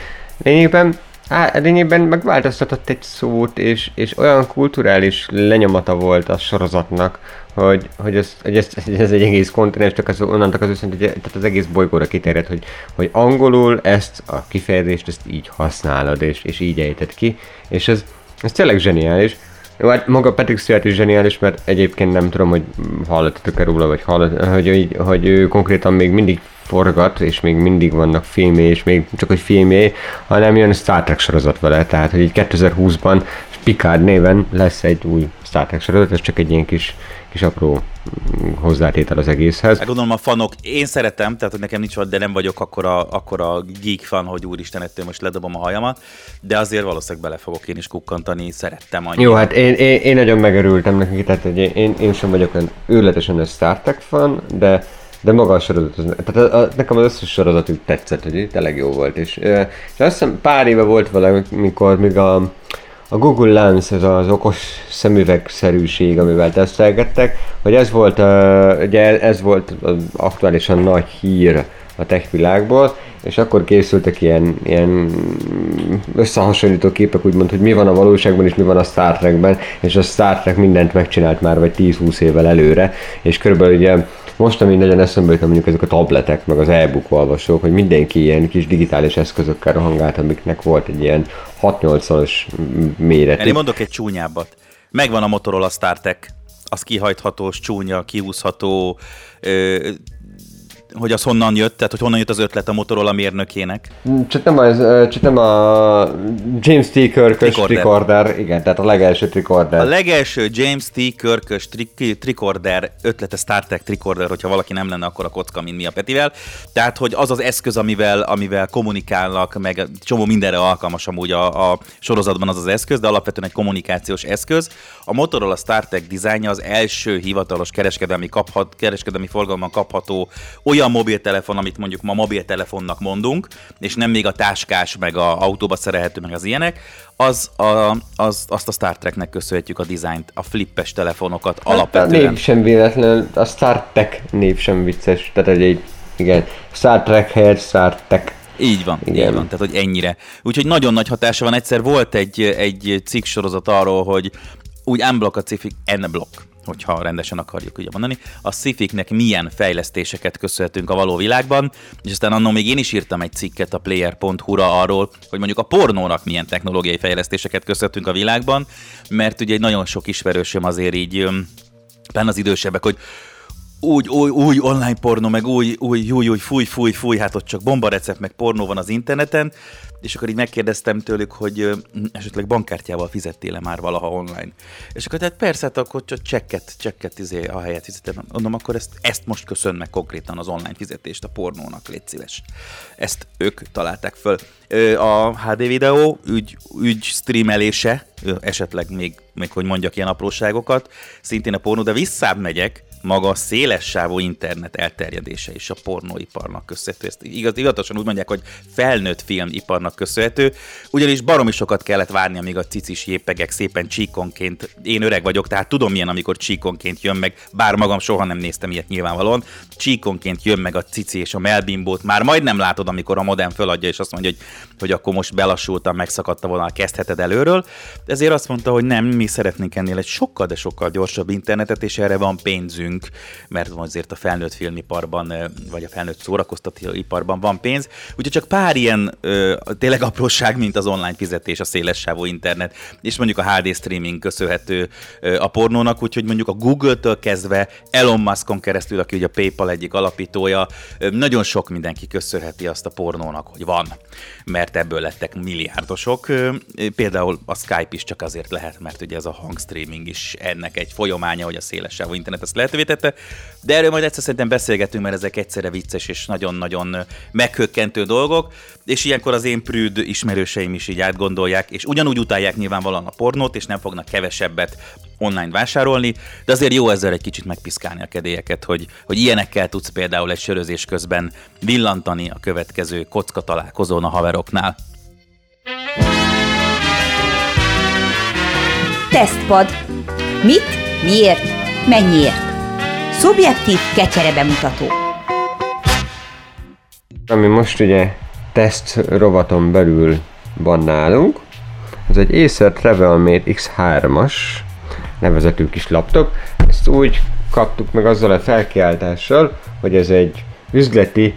lényegében megváltoztatott egy szót, és olyan kulturális lenyomata volt a sorozatnak, hogy ez egy egész kontinens, csak onnantól az viszont, tehát az egész bolygóra kiterjedt, hogy angolul ezt a kifejezést ezt így használod, és így ejted ki, és ez tényleg zseniális. Jó, hát maga Patrick Stewart is zseniális, mert egyébként nem tudom, hogy hallottatok-e róla, vagy hogy ő konkrétan még mindig forgat, és még mindig vannak filmé, és még csak hogy filmé, hanem jön Star Trek sorozat vele, tehát hogy így 2020-ban Picard néven lesz egy új Star Trek sorozat, ez csak egy ilyen kis apró hozzátétel az egészhez. Hát gondolom a fanok, én szeretem, tehát hogy nekem nincs de nem vagyok akkora geek fan, hogy úristen, ettől most ledobom a hajamat, de azért valószínűleg bele fogok én is kukkantani, szerettem annyira. Jó, hát én nagyon megörültem neki, tehát hogy én sem vagyok olyan őrületesen a Star Trek fan, de maga a sorozat, tehát nekem az összes sorozat tetszett, hogy tényleg jó volt, és azt hiszem pár éve volt vele, mikor még a Google Lens, ez az okos szemüvegszerűség, amivel tesztelgettek, hogy ez volt az aktuálisan nagy hír a tech világból, és akkor készültek ilyen összehasonlító képek, úgymond, hogy mi van a valóságban és mi van a Star Trekben, és a Star Trek mindent megcsinált már vagy 10-20 évvel előre, és körülbelül ugye most, ami nagyon eszembe jut, mondjuk ezek a tabletek, meg az e-book olvasók, hogy mindenki ilyen kis digitális eszközökkel rohangált, amiknek volt egy ilyen 6-8-szoros méretű. Én mondok egy csúnyábbat. Megvan a Motorola StarTech, az kihajthatós, csúnya, kihúzható, hogy az honnan jött, tehát hogy honnan jött az ötlet a Motorola mérnökének. Csak nem a James T. Kirk-ös tricorder, igen, tehát a legelső tricorder. A legelső James T. Kirk-ös tricorder ötlete, Star Trek tricorder, hogyha valaki nem lenne, akkor a kocka, mint mi a Petivel. Tehát, hogy az az eszköz, amivel kommunikálnak, meg csomó mindenre alkalmas amúgy a sorozatban az eszköz, de alapvetően egy kommunikációs eszköz. A Motorola StarTech dizájnja az első hivatalos kereskedelmi forgalomban kapható olyan mobiltelefon, amit mondjuk ma mobiltelefonnak mondunk, és nem még a táskás, meg a autóba szerelhető, meg az ilyenek, azt a Star Treknek köszönhetjük a dizájnt, a flippes telefonokat alapvetően. A név sem véletlen, a Star Trek név sem vicces, tehát igen, Star Trek helyett Star Trek. Így van, tehát hogy ennyire. Úgyhogy nagyon nagy hatása van. Egyszer volt egy cikk sorozat arról, hogy úgy unblock a sci-fi, n-block, hogyha rendesen akarjuk ugye mondani, a sci-fiknek milyen fejlesztéseket köszönhetünk a való világban, és aztán annól még én is írtam egy cikket a player.hu-ra arról, hogy mondjuk a pornónak milyen technológiai fejlesztéseket köszönhetünk a világban, mert ugye nagyon sok ismerősöm azért így, benne az idősebbek, hogy új online pornó, meg új, fúj, hát ott csak bombarecept, meg pornó van az interneten, és akkor így megkérdeztem tőlük, hogy esetleg bankkártyával fizettél-e már valaha online. És akkor tehát persze, hát akkor csak csekket a helyet fizetem. Mondom, akkor ezt most köszön meg konkrétan az online fizetést a pornónak, légy szíves. Ezt ők találták föl. A HD videó ügy streamelése, esetleg még hogy mondjak ilyen apróságokat, szintén a pornó, de visszább megyek, maga a szélessávú internet elterjedése is a pornóiparnak köszönhető. Ezt igazatosan úgy mondják, hogy felnőtt filmiparnak köszönhető, ugyanis baromi sokat kellett várni, amíg a cicis jépegek szépen csíkonként, én öreg vagyok, tehát tudom milyen, amikor csíkonként jön meg, bár magam soha nem néztem ilyet nyilvánvalóan, csíkonként jön meg a cici és a melbimbót, már majdnem látod, amikor a modem föladja, és azt mondja, hogy akkor most belassultam, megszakadta volna, kezdheted előről. Ezért azt mondta, hogy nem, mi szeretnénk ennél egy sokkal, de sokkal gyorsabb internetet, és erre van pénzünk, mert azért a felnőtt filmiparban, vagy a felnőtt szórakoztatóiparban van pénz. Úgyhogy csak pár ilyen tényleg apróság, mint az online fizetés, a szélessávú internet, és mondjuk a HD streaming köszönhető a pornónak, úgyhogy mondjuk a Google-től kezdve Elon Muskon keresztül, aki ugye a PayPal egyik alapítója, nagyon sok mindenki köszönheti azt a pornónak, hogy van, mert ebből lettek milliárdosok. Például a Skype is csak azért lehet, mert ugye ez a hangstreaming is ennek egy folyamánya, hogy a szélessávú internet ezt lehetővé lehetővé tette, de erről majd egyszer szerintem beszélgetünk, mert ezek egyszerre vicces és nagyon-nagyon meghökkentő dolgok, és ilyenkor az én prűd ismerőseim is így átgondolják, és ugyanúgy utálják nyilvánvalóan a pornót, és nem fognak kevesebbet online vásárolni, de azért jó ezzel egy kicsit megpiszkálni a kedélyeket, hogy ilyenekkel tudsz például egy sörözés közben villantani a következő kocka találkozón a haveroknál. Tesztpad. Mit, miért, mennyiért? Szubjektív kecsere bemutató. Ami most ugye teszt rovaton belül van nálunk, ez egy Acer Travelmate X3-as nevezetű kis laptop. Ezt úgy kaptuk meg azzal a felkiáltással, hogy ez egy üzleti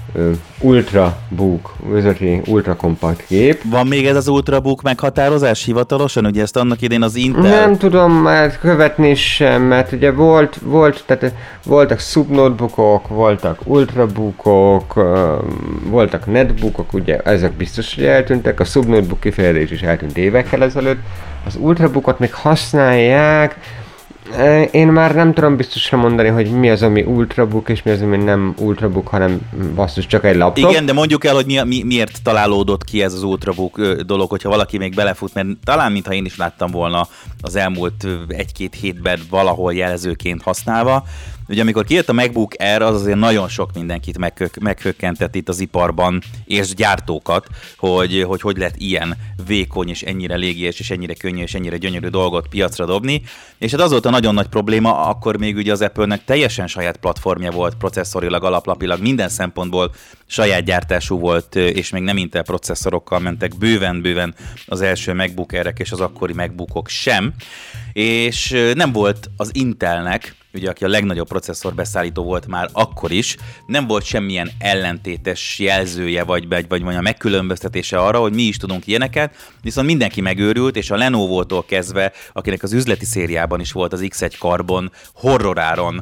Ultrabook, üzleti ultrakompakt gép. Van még ez az Ultrabook meghatározás hivatalosan? Ugye ezt annak idén az Intel... Nem tudom már követni sem, mert ugye tehát voltak subnotebookok, voltak ultrabookok, voltak netbookok, ugye ezek biztos, hogy eltűntek, a subnotebook kifejezés is eltűnt évekkel ezelőtt, az ultrabookot még használják. Én már nem tudom biztosra mondani, hogy mi az, ami ultrabook, és mi az, ami nem ultrabook, hanem basszus csak egy laptop. Igen, de mondjuk el, hogy miért találódott ki ez az ultrabook dolog, hogyha valaki még belefut, mert talán mintha én is láttam volna az elmúlt 1-2 hétben valahol jelzőként használva. Ugye amikor kijött a MacBook Air, az azért nagyon sok mindenkit meghökkentett itt az iparban, és gyártókat, hogy lehet ilyen vékony, és ennyire légies, és ennyire könnyű, és ennyire gyönyörű dolgot piacra dobni. És hát az volt a nagyon nagy probléma, akkor még ugye az Apple-nek teljesen saját platformja volt, processzorilag, alaplapilag, minden szempontból saját gyártású volt, és még nem Intel processzorokkal mentek bőven az első MacBook Air-ek és az akkori MacBookok sem. És nem volt az Intelnek, ugye aki a legnagyobb processzorbeszállító volt már akkor is, nem volt semmilyen ellentétes jelzője, vagy a megkülönböztetése arra, hogy mi is tudunk ilyeneket, viszont mindenki megőrült, és a Lenovo-tól kezdve, akinek az üzleti szériában is volt az X1 Carbon, horroráron,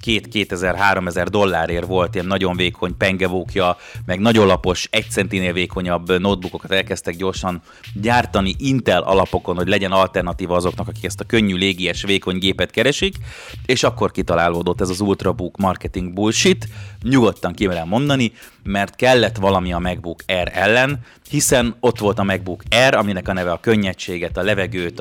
$2000-3000 volt ilyen nagyon vékony pengevókja, meg nagyon lapos, 1 centinél vékonyabb notebookokat elkezdtek gyorsan gyártani Intel alapokon, hogy legyen alternatíva azoknak, akik ezt a könnyű, légies, vékony gépet keresik, és akkor kitalálódott ez az Ultrabook marketing bullshit, nyugodtan kimerem mondani, mert kellett valami a MacBook Air ellen, hiszen ott volt a MacBook Air, aminek a neve a könnyedséget, a levegőt,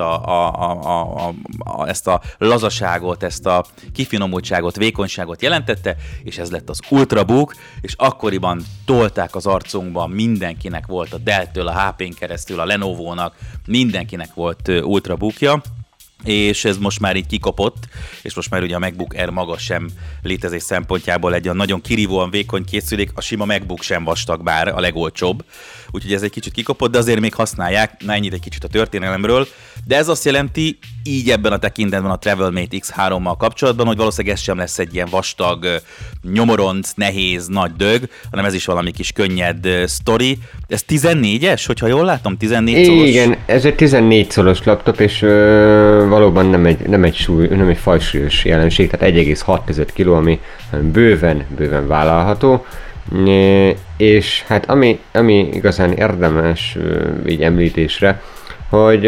ezt a lazaságot, ezt a kifinomultságot, vékonyságot jelentette, és ez lett az Ultrabook, és akkoriban tolták az arcunkban, mindenkinek volt a Dell-től, a HP-n keresztül, a Lenovo-nak, mindenkinek volt Ultrabookja, és ez most már így kikopott, és most már ugye a MacBook Air maga sem létezés szempontjából egy olyan nagyon kirívóan vékony készülék, a sima MacBook sem vastag, bár a legolcsóbb, úgyhogy ez egy kicsit kikopott, de azért még használják, na ennyit egy kicsit a történelemről, de ez azt jelenti, így ebben a tekintetben a Travelmate X3-mal kapcsolatban, hogy valószínűleg ez sem lesz egy ilyen vastag, nyomoronc, nehéz, nagy dög, hanem ez is valami kis könnyed sztori. Ez 14-es, hogyha jól látom, 14 szolos? Igen, ez egy 14 szolos laptop, és valóban nem egy fajsúlyos jelenség, tehát 1,6 kg, ami bőven vállalható. És hát ami igazán érdemes így említésre, hogy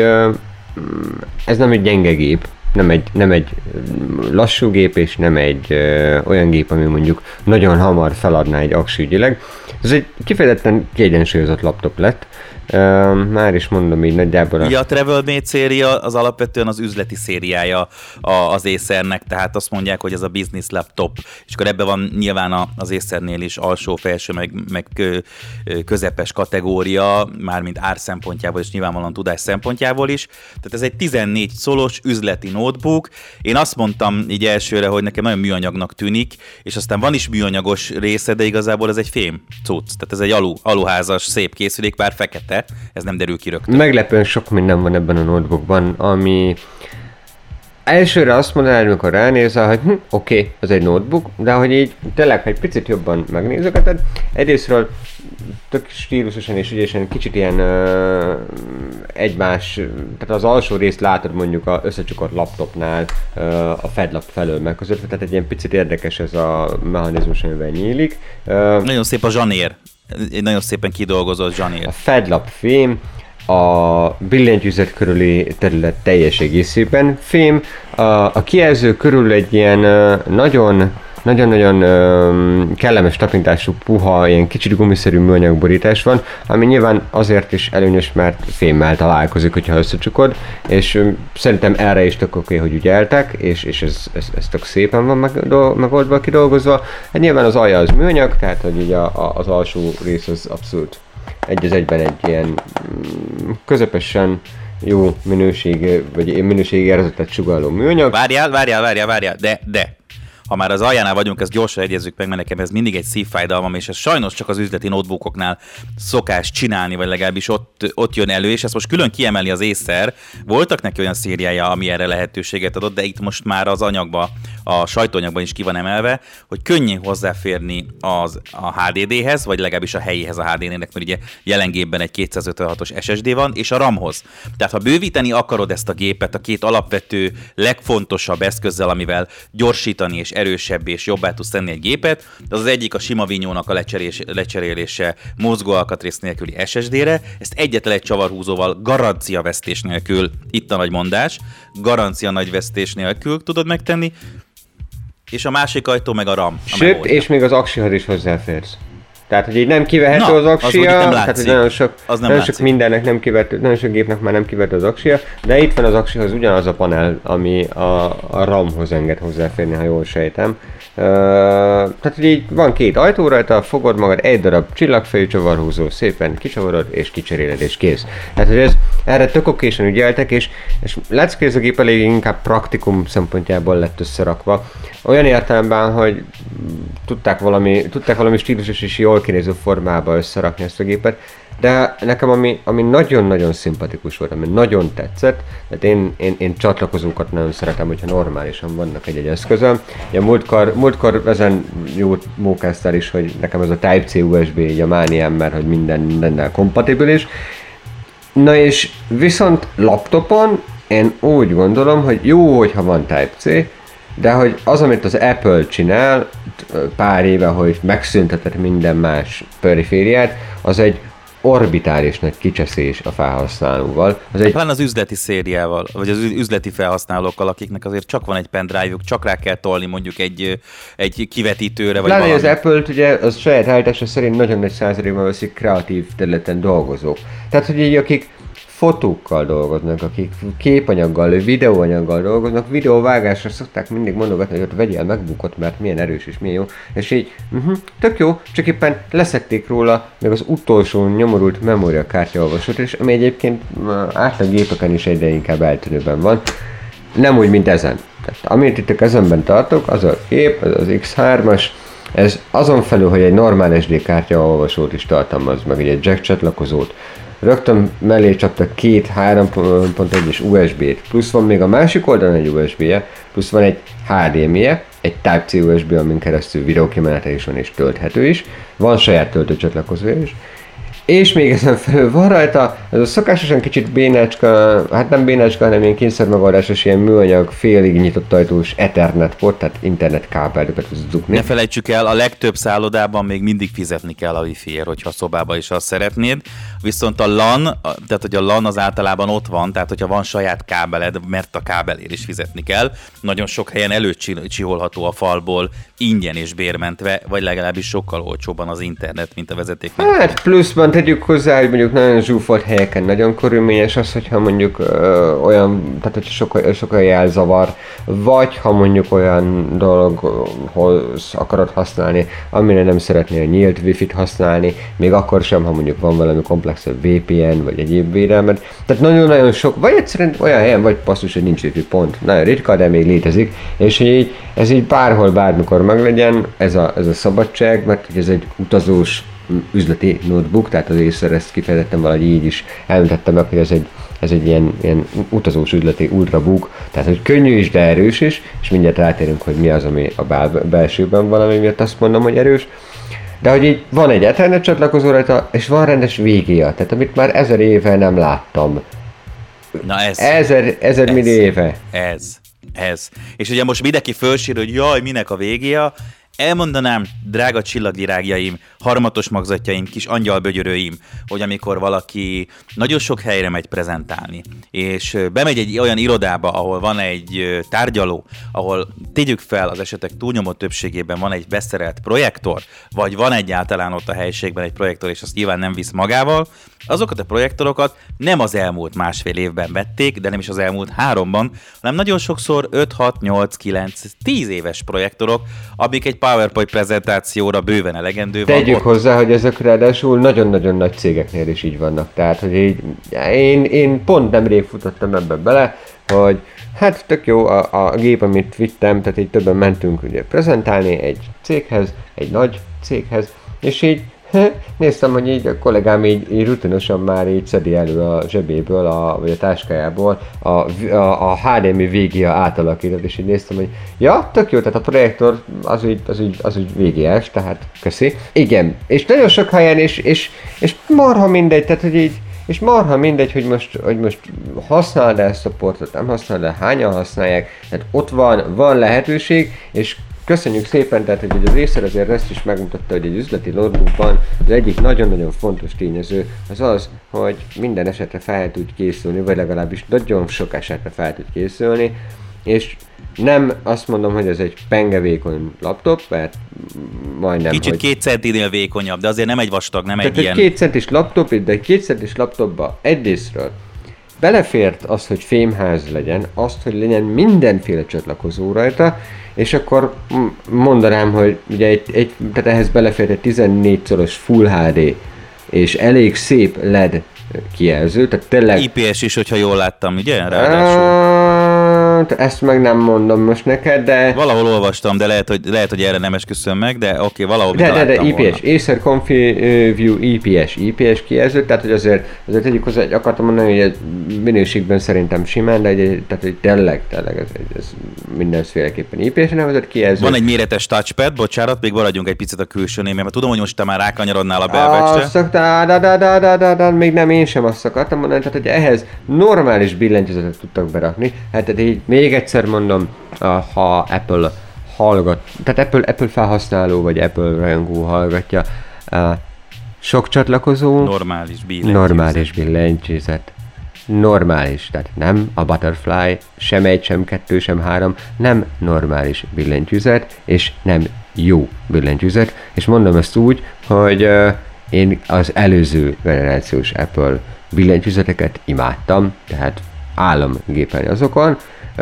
ez nem egy gyenge gép, nem egy lassú gép, és nem egy olyan gép, ami mondjuk nagyon hamar feladná egy aksügyileg. Ez egy kifejezetten kiegyensúlyozott laptop lett. Már is mondom így nagyjából. Ugye a Travelmate széria az alapvetően az üzleti szériája az Acernek, tehát azt mondják, hogy ez a business laptop, és akkor ebben van nyilván az Acernél is alsó, felső, meg közepes kategória, mármint ár szempontjából, és nyilvánvalóan tudás szempontjából is. Tehát ez egy 14 szolos üzleti notebook. Én azt mondtam így elsőre, hogy nekem nagyon műanyagnak tűnik, és aztán van is műanyagos része, de igazából ez egy fém cucc. Tehát ez egy aluházas, szép készülék, bár fekete. Ez nem derül ki rögtön. Meglepően sok minden van ebben a notebookban, ami elsőre azt mondanád, amikor ránézel, hogy oké, az egy notebook, de hogy így tényleg, ha egy picit jobban megnézögeted, egyrésztről tök stílusosan és ügyesen kicsit ilyen egymás, tehát az alsó részt látod mondjuk az összecsukott laptopnál a fedlap felől megközelítve, tehát egy ilyen picit érdekes ez a mechanizmus, amivel nyílik. Nagyon szép a zsanér. Egy nagyon szépen kidolgozott zsanér. A fedlap fém, a billentyűzet körüli terület teljes egészében fém, a kijelző körül egy ilyen nagyon-nagyon kellemes tapintású, puha, ilyen kicsit gumiszerű műanyagborítás van, ami nyilván azért is előnyös, mert fémmel találkozik, hogyha összecsukod, és szerintem erre is tök oké, hogy ügyeltek, és ez tök szépen van megoldva, kidolgozva. Hát nyilván az alja az műanyag, tehát hogy így az alsó rész az abszolút egy az egyben egy ilyen közepesen jó minőség, vagy minőségi érzetet sugalló műanyag. Várjál, de ha már az aljánál vagyunk, ezt gyorsan egyezzük meg, mert nekem ez mindig egy szívfájdalmam, és ez sajnos csak az üzleti notebookoknál szokás csinálni, vagy legalábbis ott jön elő, és ezt most külön kiemeli az Acer. Voltak neki olyan szériája, ami erre lehetőséget adott, de itt most már az anyagba, a sajtóanyagban is ki van emelve, hogy könnyű hozzáférni a HDD-hez, vagy legalábbis a helyéhez a HDD-nek, mert ugye jelen gépben egy 256-os SSD van, és a RAM-hoz. Tehát ha bővíteni akarod ezt a gépet a két alapvető, legfontosabb eszközzel, amivel gyorsítani és erősebb és jobbá tudsz tenni egy gépet, az egyik a sima vinyónak a lecserélése mozgóalkatrész nélküli SSD-re, ezt egyetlen egy csavarhúzóval garanciavesztés nélkül, itt a nagy mondás, garancia nagy vesztés nélkül tudod megtenni, és a másik ajtó meg a RAM. Sőt, és még az aksihoz is hozzáférsz. Tehát, hogy így nem kivehető az aksia, tehát hogy nagyon sok mindennek nem kivehető, nagyon sok gépnek már nem kivehető az aksia, de itt van az aksihoz ugyanaz a panel, ami a RAM-hoz enged hozzáférni, ha jól sejtem. Tehát, hogy így van két ajtó rajta, fogod magad, egy darab csillagfejű csavarhúzó, szépen kicsavarod és kicseréled és kész. Tehát, hogy erre tök okésen ügyeltek, és látszik, hogy ez a gép elég inkább praktikum szempontjából lett összerakva. Olyan értelemben, hogy tudták valami stílusos és jól kinéző formába összerakni ezt a gépet, de nekem ami nagyon-nagyon szimpatikus volt, ami nagyon tetszett, tehát én csatlakozókat nagyon szeretem, hogyha normálisan vannak egy eszközön. Ugye múltkor ezen jó mókáztál is, hogy nekem ez a Type-C USB így a mániám, mert hogy mindennel kompatibilis. Na és viszont laptopon én úgy gondolom, hogy jó, hogyha van Type-C, de hogy az, amit az Apple csinál pár éve, hogy megszüntetett minden más perifériát, az egy orbitális nagy kicseszés a felhasználóval. Talán az üzleti szériával, vagy az üzleti felhasználókkal, akiknek azért csak van egy pendrive-juk, csak rá kell tolni mondjuk egy kivetítőre, vagy valami. Az Apple-t ugye az saját állítása szerint nagyon nagy százalékban veszik kreatív területen dolgozók. Tehát, hogy így akik fotókkal dolgoznak, akik képanyaggal, videóanyaggal dolgoznak, videóvágásra szokták mindig mondogatni, hogy ott vegyél MacBookot, mert milyen erős és milyen jó, és így, tök jó, csak éppen leszették róla még az utolsó nyomorult memóriakártyaolvasót, és ami egyébként átlag gépeken is egyre inkább eltűnőben van, nem úgy, mint ezen. Tehát amit itt a kezemben tartok, az a gép, az X3-as, ez azon felül, hogy egy normál SD kártyaolvasót is tartalmaz, meg egy jack csatlakozót, rögtön mellé csaptak két 3.1-es USB-t, plusz van még a másik oldalon egy USB-je, plusz van egy HDMI-je, egy Type-C USB, amin keresztül videókimenete is van és tölthető is, van saját töltőcsatlakozója is, és még ezen felül van rajta, ez a szokásosan kicsit bénácska, hát nem bénácska, hanem ilyen kényszermegoldásos, ilyen műanyag, félig nyitott ajtós Ethernet port, tehát internetkábelt tudsz dugni. Ne felejtsük el, a legtöbb szállodában még mindig fizetni kell a wifi-ért, hogyha szobába is azt szeretnéd, viszont a LAN, tehát hogy a LAN az általában ott van, tehát hogyha van saját kábeled, mert a kábelért is fizetni kell, nagyon sok helyen előcsiholható a falból ingyen és bérmentve, vagy legalábbis sokkal olcsóbban az internet, mint a vezeték. Hát pluszban tegyük hozzá, hogy mondjuk nagyon zsúfolt helyeken nagyon körülményes az, hogyha mondjuk olyan, tehát hogy sokkal jelzavar, vagy ha mondjuk olyan dologhoz akarod használni, amire nem szeretnél nyílt wifi-t használni, még akkor sem, ha mondjuk van valami komplexebb VPN, vagy egyéb védelmed. Tehát nagyon-nagyon sok, vagy egyszerűen olyan helyen vagy passzus, hogy nincs wifi pont. Nagyon ritka, de még létezik, és így, ez így bárhol, bármikor meglegyen, ez a szabadság, mert ez egy utazós üzleti notebook, tehát az Acer ezt kifejezetten valahogy így is elmentettem meg, hogy ez egy ilyen utazós üzleti ultrabook, tehát hogy könnyű is, de erős is, és mindjárt rátérünk, hogy mi az, ami a belsőben van, ami miatt azt mondom, hogy erős. De hogy így van egy Ethernet csatlakozó rajta, és van rendes VGA, tehát amit már 1000 éve nem láttam. Na ez. 1000 millió éve. Ez. És ugye most mindenki fölsír, hogy jaj, minek a VGA, Elmondanám, drága csillagvirágjaim, harmatos magzatjaim, kis angyalbögyörőim, hogy amikor valaki nagyon sok helyre megy prezentálni, és bemegy egy olyan irodába, ahol van egy tárgyaló, ahol tegyük fel az esetek túlnyomó többségében van egy beszerelt projektor, vagy van egyáltalán ott a helyiségben egy projektor, és azt nyilván nem visz magával, azokat a projektorokat nem az elmúlt másfél évben vették, de nem is az elmúlt 3-ban, hanem nagyon sokszor 5, 6, 8, 9, 10 éves projektorok, amik egy PowerPoint prezentációra bőven elegendő van. Tegyük hozzá, hogy ezek ráadásul nagyon-nagyon nagy cégeknél is így vannak. Tehát, hogy így, én pont nemrég futottam ebbe bele, hogy hát tök jó a gép, amit vittem, tehát így többen mentünk ugye prezentálni egy céghez, egy nagy céghez, és így néztem, hogy így a kollégám így rutinosan már így szedi elő a zsebéből, vagy a táskájából a HDMI VGA átalakított, és így néztem, hogy ja, tök jó, tehát a projektor az úgy VGA-s, tehát köszi. Igen, és nagyon sok helyen, és marha mindegy, tehát hogy így, és marha mindegy, hogy most használod ezt a portot, nem használod, hányan használják, tehát ott van lehetőség, és köszönjük szépen, tehát hogy az Acer azért ezt is megmutatta, hogy egy üzleti notebookban az egyik nagyon-nagyon fontos tényező az, hogy minden esetre fel tud készülni, vagy legalábbis nagyon sok esetre fel tud készülni, és nem azt mondom, hogy ez egy pengevékony laptop, mert majdnem, kicsit hogy... 2 centinél vékonyabb, de azért nem egy vastag, nem tehát egy ilyen... 2 centis laptop, de egy 2 centis laptopba egyrésztről belefért az, hogy fémház legyen, azt, hogy legyen mindenféle csatlakozó rajta, és akkor mondanám, hogy ugye tehát ehhez belefért egy 14 szoros Full HD, és elég szép LED kijelző, tehát tényleg... IPS is, hogyha jól láttam, ugye? Ráadásul. Ezt meg nem mondom most neked, de... Valahol olvastam, de lehet, hogy erre nem esküszöm meg, de oké, valahol de IPS, Acer ComfyView IPS kijelző, tehát hogy azért tegyük hozzá, hogy akartam mondani, hogy minőségben szerintem simán, de tehát hogy tényleg ez mindenféleképpen IPS nevezett kijelző. Van egy méretes touchpad, bocsánat, még maradjunk egy picit a külsőnél, mert tudom, hogy most te már rákanyarodnál a belvecsre. Még nem, én sem azt akartam mondani, tehát hogy ehhez normális billentyűzetet tudtak berakni, hát így még egyszer mondom, ha Apple hallgat, tehát Apple felhasználó vagy Apple rajongó hallgatja, sok csatlakozó, normális billentyűzet. Normális, tehát nem a Butterfly, sem 1, sem 2, sem 3, nem normális billentyűzet, és nem jó billentyűzet, és mondom ezt úgy, hogy én az előző generációs Apple billentyűzeteket imádtam, tehát állam gépelni azokon.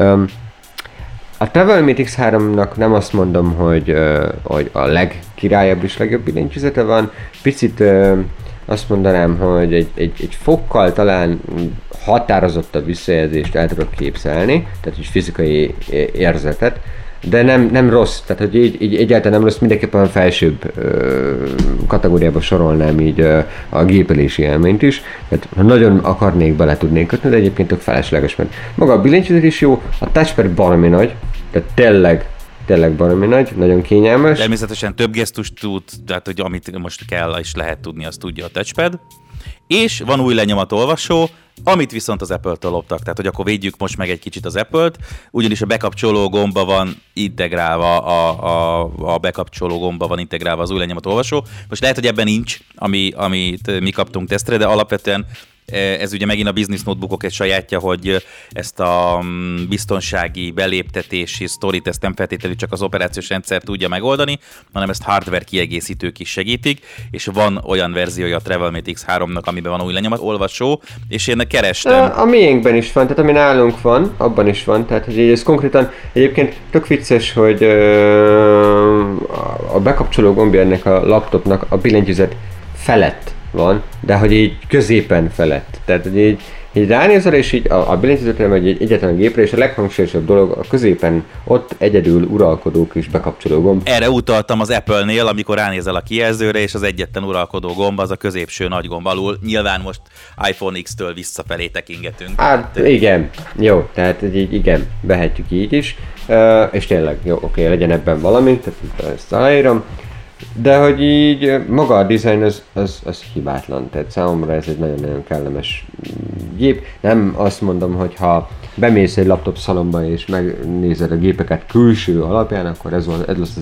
A TravelMate X3-nak nem azt mondom, hogy a legkirályabb és legjobb billentyűzete van, picit azt mondanám, hogy egy fokkal talán határozottabb visszajelzést el tudok képzelni, tehát egy fizikai érzetet, de nem rossz, tehát hogy így egyáltalán nem rossz, mindenképpen felsőbb kategóriába sorolnám így a gépelési élményt is, tehát ha nagyon akarnék, bele tudnék kötni, de egyébként tök felesleges, mert maga a billentyűzet is jó, a touchpad baromi nagy, tehát tényleg baromi nagy, nagyon kényelmes. Természetesen több gesztust tud, tehát hogy amit most kell és lehet tudni, azt tudja a touchpad. És van új lenyomatolvasó, amit viszont az Apple-től loptak, tehát hogy akkor védjük most meg egy kicsit az Apple-t, ugyanis a bekapcsoló gomba van integrálva, a bekapcsoló gomba van integrálva az új lenyomatolvasó. Most lehet, hogy ebben nincs, amit mi kaptunk tesztre, de alapvetően ez ugye megint a business notebookok egy sajátja, hogy ezt a biztonsági beléptetési sztorit, ezt nem feltétlenül csak az operációs rendszer tudja megoldani, hanem ezt hardware kiegészítők is segítik, és van olyan verziója a TravelMate X3-nak, amiben van új lenyomatolvasó, és én kerestem. A miénkben is van, tehát ami nálunk van, abban is van, tehát hogy ez konkrétan egyébként tök vicces, hogy a bekapcsoló gombja ennek a laptopnak a billentyűzet felett van, de hogy így középen felett. Tehát, hogy így ránézel, és így a billentyűzetre megy egy egyetlen gépre, és a leghangsúlyosabb dolog a középen ott egyedül uralkodó kis bekapcsoló gomb. Erre utaltam az Apple-nél, amikor ránézel a kijelzőre, és az egyetlen uralkodó gomb az a középső nagy gomb alul. Nyilván most iPhone X-től visszafelé tekingetünk. Hát igen, jó, tehát így igen, behetjük így is, és tényleg jó, oké, legyen ebben valami, tehát ezt aláírom. De hogy így maga a design az hibátlan, tehát számomra ez egy nagyon-nagyon kellemes gép. Nem azt mondom, hogy ha bemész egy laptop szalomba és megnézed a gépeket külső alapján, akkor ez lesz az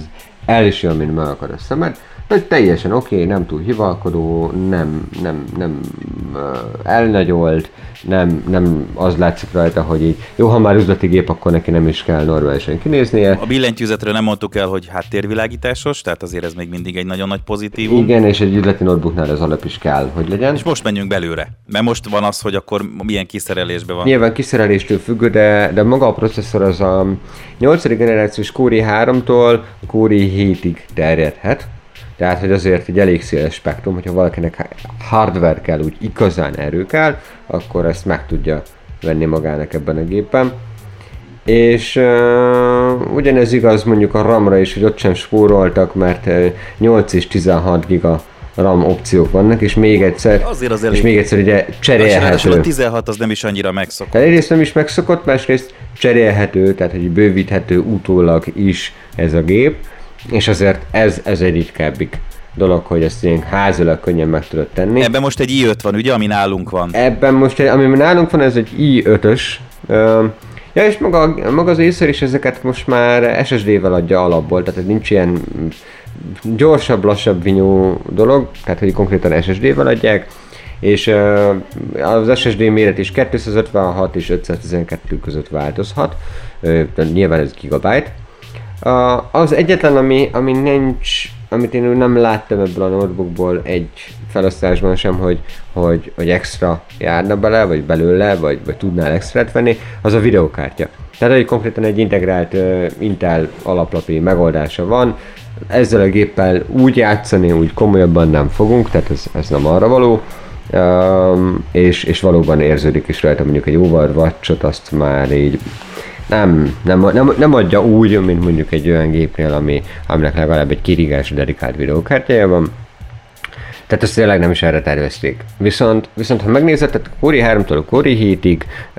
első, amin meg akad a szemed, hogy teljesen oké, nem túl hivalkodó, nem elnagyolt, nem az látszik rajta, hogy így, jó, ha már üzleti gép, akkor neki nem is kell normálisan kinéznie. A billentyűzetről nem mondtuk el, hogy háttérvilágításos, tehát azért ez még mindig egy nagyon nagy pozitívum. Igen, és egy üzleti notebooknál az alap is kell, hogy legyen. És most menjünk belőle, mert most van az, hogy akkor milyen kiszerelésben van. Nyilván kiszereléstől függő, de maga a processzor az a 8. generációs Core i3-tól a Core i7-ig terjedhet. Tehát, hogy azért egy elég széles spektrum, hogyha valakinek hardware kell, úgy igazán erő kell, akkor ezt meg tudja venni magának ebben a gépen. És ugyanez igaz mondjuk a RAM-ra is, hogy ott sem spóroltak, mert 8 és 16 giga RAM opciók vannak, és még egyszer, ugye cserélhető. A 16 az nem is annyira megszokott. Tehát egyrészt nem is megszokott, másrészt cserélhető, tehát hogy bővíthető utólag is ez a gép, és azért ez egy ritkábbik dolog, hogy ezt ilyen házilag könnyen meg tudod tenni. Ebben most egy i5 van, ugye, ami nálunk van? Ebben most, ami nálunk van, ez egy i5-ös. Ja, és maga az Acer is ezeket most már SSD-vel adja alapból, tehát ez nincs ilyen gyorsabb, lassabb vinyó dolog, tehát hogy konkrétan SSD-vel adják, és az SSD méret is 256 és 512 között változhat, nyilván ez gigabyte. Az egyetlen, ami nincs, amit én nem láttam ebből a notebookból egy felosztásban sem, hogy extra járna bele, vagy belőle, vagy tudnál extrát venni, az a videokártya. Tehát egy konkrétan egy integrált Intel alaplapi megoldása van, ezzel a géppel úgy játszani, úgy komolyabban nem fogunk, tehát ez nem arra való, és valóban érződik is rajta, mondjuk egy Overwatch-ot azt már így nem adja úgy, mint mondjuk egy olyan gépnél, aminek legalább egy kirigás dedikált videókártyája van. Tehát ezt tényleg nem is erre tervezték. Viszont ha megnézed, tehát a Core i3-tól a Core i7-ig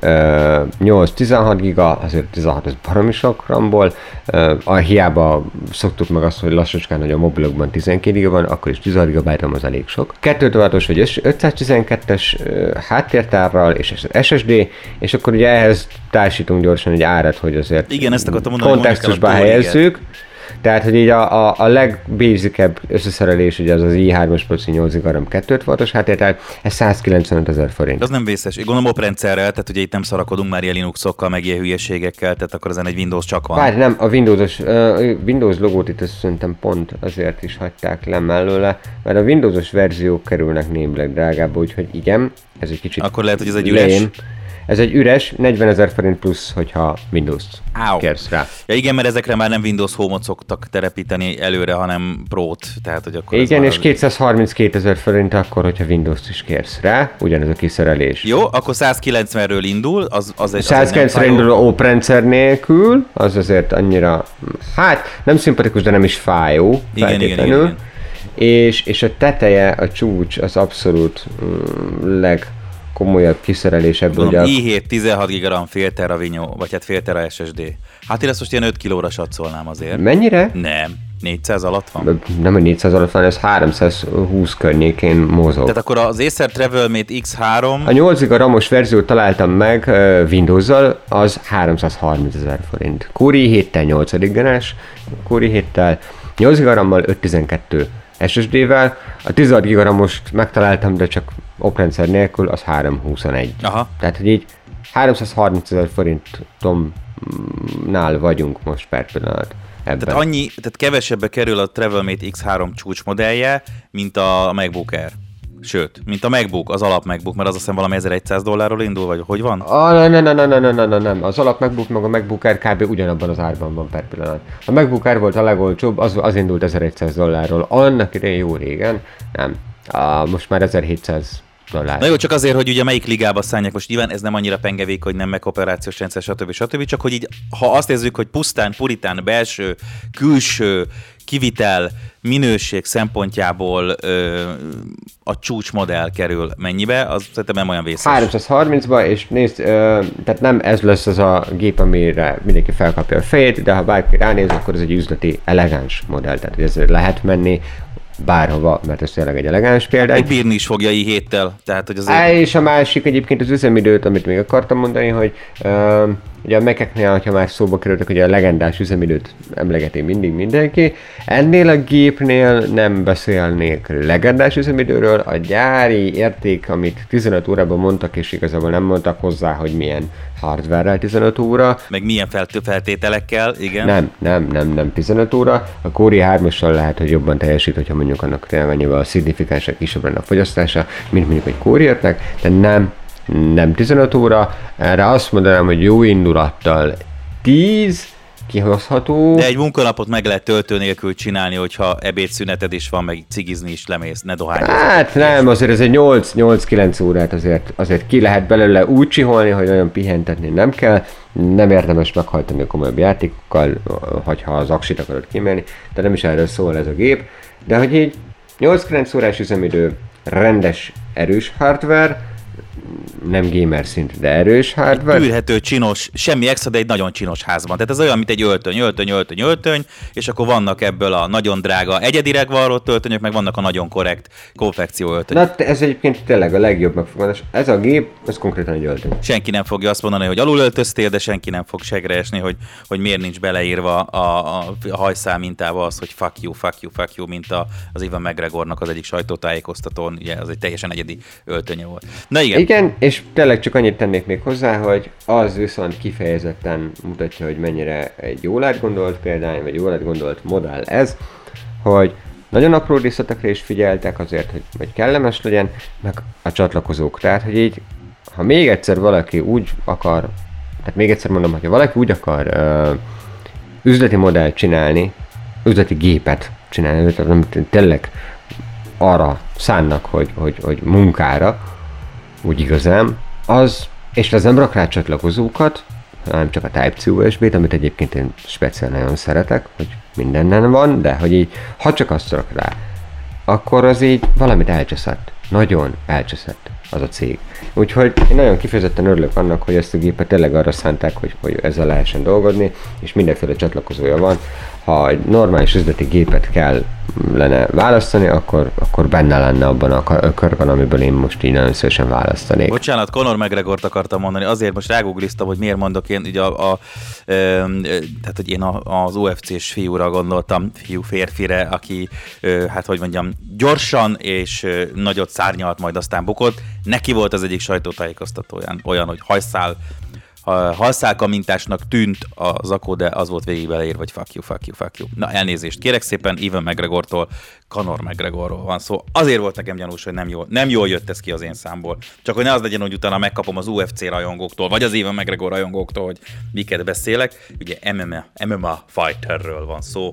8-16 giga, azért 16 az baromi sok RAM-ból, hiába szoktuk meg azt, hogy lassacskán, hogy a mobilokban 12 giga van, akkor is 16 GB RAM az elég sok. 2 tovatos vagy 512-es háttértárral és SSD, és akkor ugye ehhez társítunk gyorsan egy árat, hogy azért igen, ezt akartam mondani, kontextusba helyezzük. Tehát, hogy így a legbasicebb összeszerelés, ugye az i3-as proci 8 GB RAM 256-os háttértár, ez 195 000 forint. Az nem vészes. Én gondolom oprendszerrel, tehát ugye itt nem szarakodunk már ilyen Linuxokkal, meg ilyen hülyeségekkel, tehát akkor ezen egy Windows csak van. Várj, nem, a Windows logót itt azt szerintem pont azért is hagyták le mellőle, mert a Windowsos verziók kerülnek némileg drágább, úgyhogy igen, ez egy kicsit akkor lehet, hogy ez egy üres? Ez egy üres, 40 000 forint plusz, hogyha Windows-t kérsz rá. Ja igen, mert ezekre már nem Windows Home-ot szoktak telepíteni előre, hanem Pro-t. Tehát, hogy akkor igen, és 232 000 forint akkor, hogyha Windows-t is kérsz rá, ugyanez a kiszerelés. Jó, akkor 190-ről indul, az egy 190-ről indul a oprendszer nélkül, az azért annyira, hát nem szimpatikus, de nem is fájó feltétlenül. Igen. És a teteje, a csúcs, az abszolút komolyabb kiszerelés ebből. Gondolom, i7 16 GB RAM, fél tera vinyó, vagy hát fél tera SSD. Hát én ezt most ilyen 5 kilóra satszolnám azért. Mennyire? Nem. 400 alatt van? Nem, hogy 400 alatt van, ez 320 környékén mozog. Tehát akkor az Acer Travelmate X3... A 8 GB RAM-os verziót találtam meg Windows-zal, az 330 000 forint. Core i7-tel 8. generás, Core i7-tel 8 GB RAM-mal 512 SSD-vel, a 16 GB RAM-ost megtaláltam, de csak oprendszer nélkül, az 321. Aha. Tehát, hogy így 330 000 forintomnál vagyunk most per pillanat ebben. Tehát kevesebbe kerül a Travelmate X3 csúcsmodellje, mint a MacBook Air. Sőt, mint a MacBook, az alap MacBook, mert az azt hiszem valami $1100 indul, vagy hogy van? Nem. Az alap MacBook meg a MacBook Air kb. Ugyanabban az árban van per pillanat. A MacBook Air volt a legolcsóbb, az indult $1100. Annak idején jó régen, nem. Most már $1700. Na jó, csak azért, hogy ugye melyik ligába szállják, most nyilván ez nem annyira pengevék, hogy nem meg operációs rendszer, stb. Csak hogy így, ha azt nézzük, hogy pusztán, puritán, belső, külső, kivitel, minőség szempontjából a csúcsmodell kerül mennyibe, az szerintem nem olyan vészes. 330-ba, és nézd, tehát nem ez lesz az a gép, amire mindenki felkapja a fejét, de ha bárki ránéz, akkor ez egy üzleti elegáns modell, tehát ez lehet menni bárhova, mert ez tényleg egy elegáns példány. Egy bírni is fogja i7-tel, tehát hogy azért... És a másik egyébként az üzemidőt, amit még akartam mondani, hogy ugye a Mac-eknél, hogyha már szóba kerültek, ugye a legendás üzemidőt emlegeti mindig mindenki. Ennél a gépnél nem beszélnék legendás üzemidőről, a gyári érték, amit 15 órában mondtak, és igazából nem mondtak hozzá, hogy milyen hardware-rel 15 óra. Meg milyen feltételekkel, igen. Nem 15 óra. A Core i3-assal lehet, hogy jobban teljesít, hogyha mondjuk annak tényleg a szignifikánsan kisebb lenne a fogyasztása, mint mondjuk egy Core i5-nek, de nem 15 óra. Erre azt mondanám, hogy jó indulattal 10 kihozható. De egy munkanapot meg lehet töltő nélkül csinálni, hogyha ebédszüneted is van, meg cigizni is lemész, ne dohányozni. Hát nem, azért ez egy 8-9 órát azért ki lehet belőle úgy csiholni, hogy nagyon pihentetni nem kell. Nem érdemes meghajtani a komolyabb játékokkal, ha az aksit akarod kimérni, de nem is erről szól ez a gép. De hogy így 8-9 órás üzemidő, rendes, erős hardware, nem gamer szint, de erős hardware. Tűrhető, csinos, semmi extra, de egy nagyon csinos házban. Tehát ez olyan, mint egy öltöny, és akkor vannak ebből a nagyon drága egyedileg varrott öltönyök, meg vannak a nagyon korrekt konfekció öltönyök. Na, ez egyébként tényleg a legjobb megfogalmazás. Ez a gép, ez konkrétan egy öltöny. Senki nem fogja azt mondani, hogy alulöltöztél, de senki nem fog segre esni, hogy miért nincs beleírva a hajszál mintába az, hogy fuck you, mint az Ewan McGregornak az egyik sajtótájékoztatón, ugye az egy teljesen egyedi öltönye volt. Na Igen, és tényleg csak annyit tennék még hozzá, hogy az viszont kifejezetten mutatja, hogy mennyire egy jól átgondolt példány, vagy jól átgondolt modell ez, hogy nagyon apró részletekre is figyeltek azért, hogy kellemes legyen, meg a csatlakozók. Tehát, hogy így, ha még egyszer valaki úgy akar, tehát még egyszer mondom, hogy valaki úgy akar üzleti modellt csinálni, üzleti gépet csinálni, tehát tényleg arra szánnak, hogy munkára, úgy igazán, és az nem rak rá csatlakozókat, hanem csak a Type-C USB-t, amit egyébként én speciál nagyon szeretek, hogy mindennen van, de hogy így, ha csak azt rak rá, akkor az így valamit elcseszett. Nagyon elcseszett az a cég. Úgyhogy én nagyon kifejezetten örülök annak, hogy ezt a gépet tényleg arra szánták, hogy ezzel lehessen dolgozni, és mindenféle csatlakozója van. Ha egy normális üzleti gépet kellene választani, akkor benne lenne abban a körben, amiből én most így nagyon szívesen választanék. Bocsánat, Conor McGregort akartam mondani, azért most rágoogliztam, hogy miért mondok én, ugye tehát, hogy én az UFC-s fiúra gondoltam, férfire, aki, hát hogy mondjam, gyorsan és nagyot szárnyalt, majd aztán bukott. Neki volt az egyik sajtótájékoztatóján olyan, hogy hajszálka mintásnak tűnt a zakó, de az volt végig beleírva, hogy fuck you. Na, elnézést kérek szépen, Ewan McGregortól, Conor McGregorról van szó. Azért volt nekem gyanús, hogy nem jól jött ez ki az én számból. Csak hogy ne az legyen, hogy utána megkapom az UFC rajongóktól, vagy az Ewan McGregor rajongóktól, hogy miket beszélek. Ugye MMA fighterről van szó.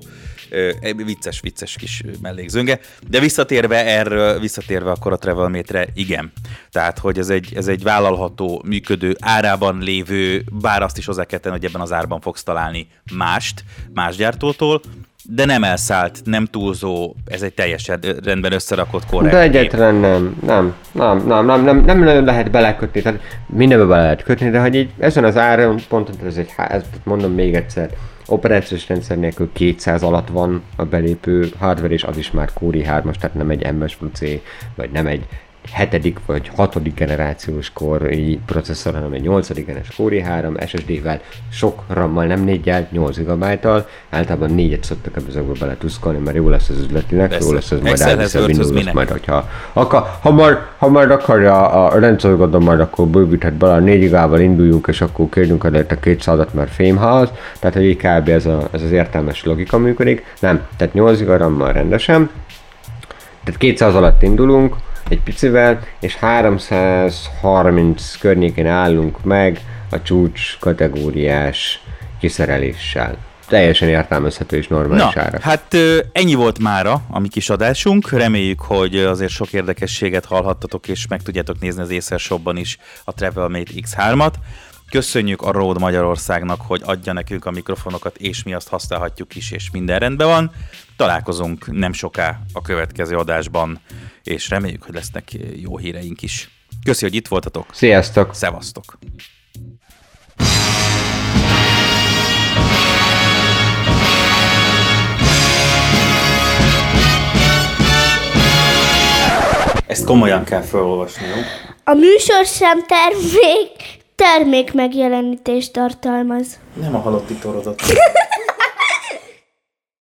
Vicces kis mellékzőnge. De visszatérve akkor a TravelMate-re, igen. Tehát, hogy ez egy vállalható, működő, árában lévő, bár azt is hozzá kell tenni, hogy ebben az árban fogsz találni más gyártótól, de nem elszállt, nem túlzó, ez egy teljesen rendben összerakott korrekt. De egyáltalán nem nagyon lehet belekötni, tehát mindenbe bele lehet kötni, de hogy így ezen az áron ponton, ez mondom még egyszer, operációs rendszer nélkül 200 alatt van a belépő hardware, és az is már Core i3-as, tehát nem egy M.2C, vagy nem egy 7. vagy 6. generációs Core processzor, hanem egy 8. generációs Core i3 SSD-vel, sok RAM-mal, nem 4-jel, 8 GB-tal, általában 4-et szoktak ebből bele tuszkolni, mert jó lesz az üzletileg, jó lesz az majd elviszi a Windows, majd hogyha ha majd akarja a rendszer, gondolom, majd akkor bővíthet bele, a 4 GB-val induljunk, és akkor kérjünk előtt a 200-at, mert fémház, tehát hogy kb. ez az értelmes logika működik, nem, tehát 8 GB RAM-mal rendesen, tehát 200 alatt indulunk, egy picivel, és 330 környékén állunk meg a csúcs kategóriás kiszereléssel. Teljesen értelmezhető és normális ára. Hát ennyi volt mára a mi kis adásunk. Reméljük, hogy azért sok érdekességet hallhattatok, és meg tudjátok nézni az Acer Shopban is a TravelMate X3-at. Köszönjük a Rode Magyarországnak, hogy adja nekünk a mikrofonokat, és mi azt használhatjuk is, és minden rendben van. Találkozunk nem soká a következő adásban, és reméljük, hogy lesznek jó híreink is. Köszi, hogy itt voltatok. Sziasztok! Szevasztok! Ezt komolyan kell felolvasni, jó? A műsorszám termék termék megjelenítést tartalmaz. Nem a halotti torodat.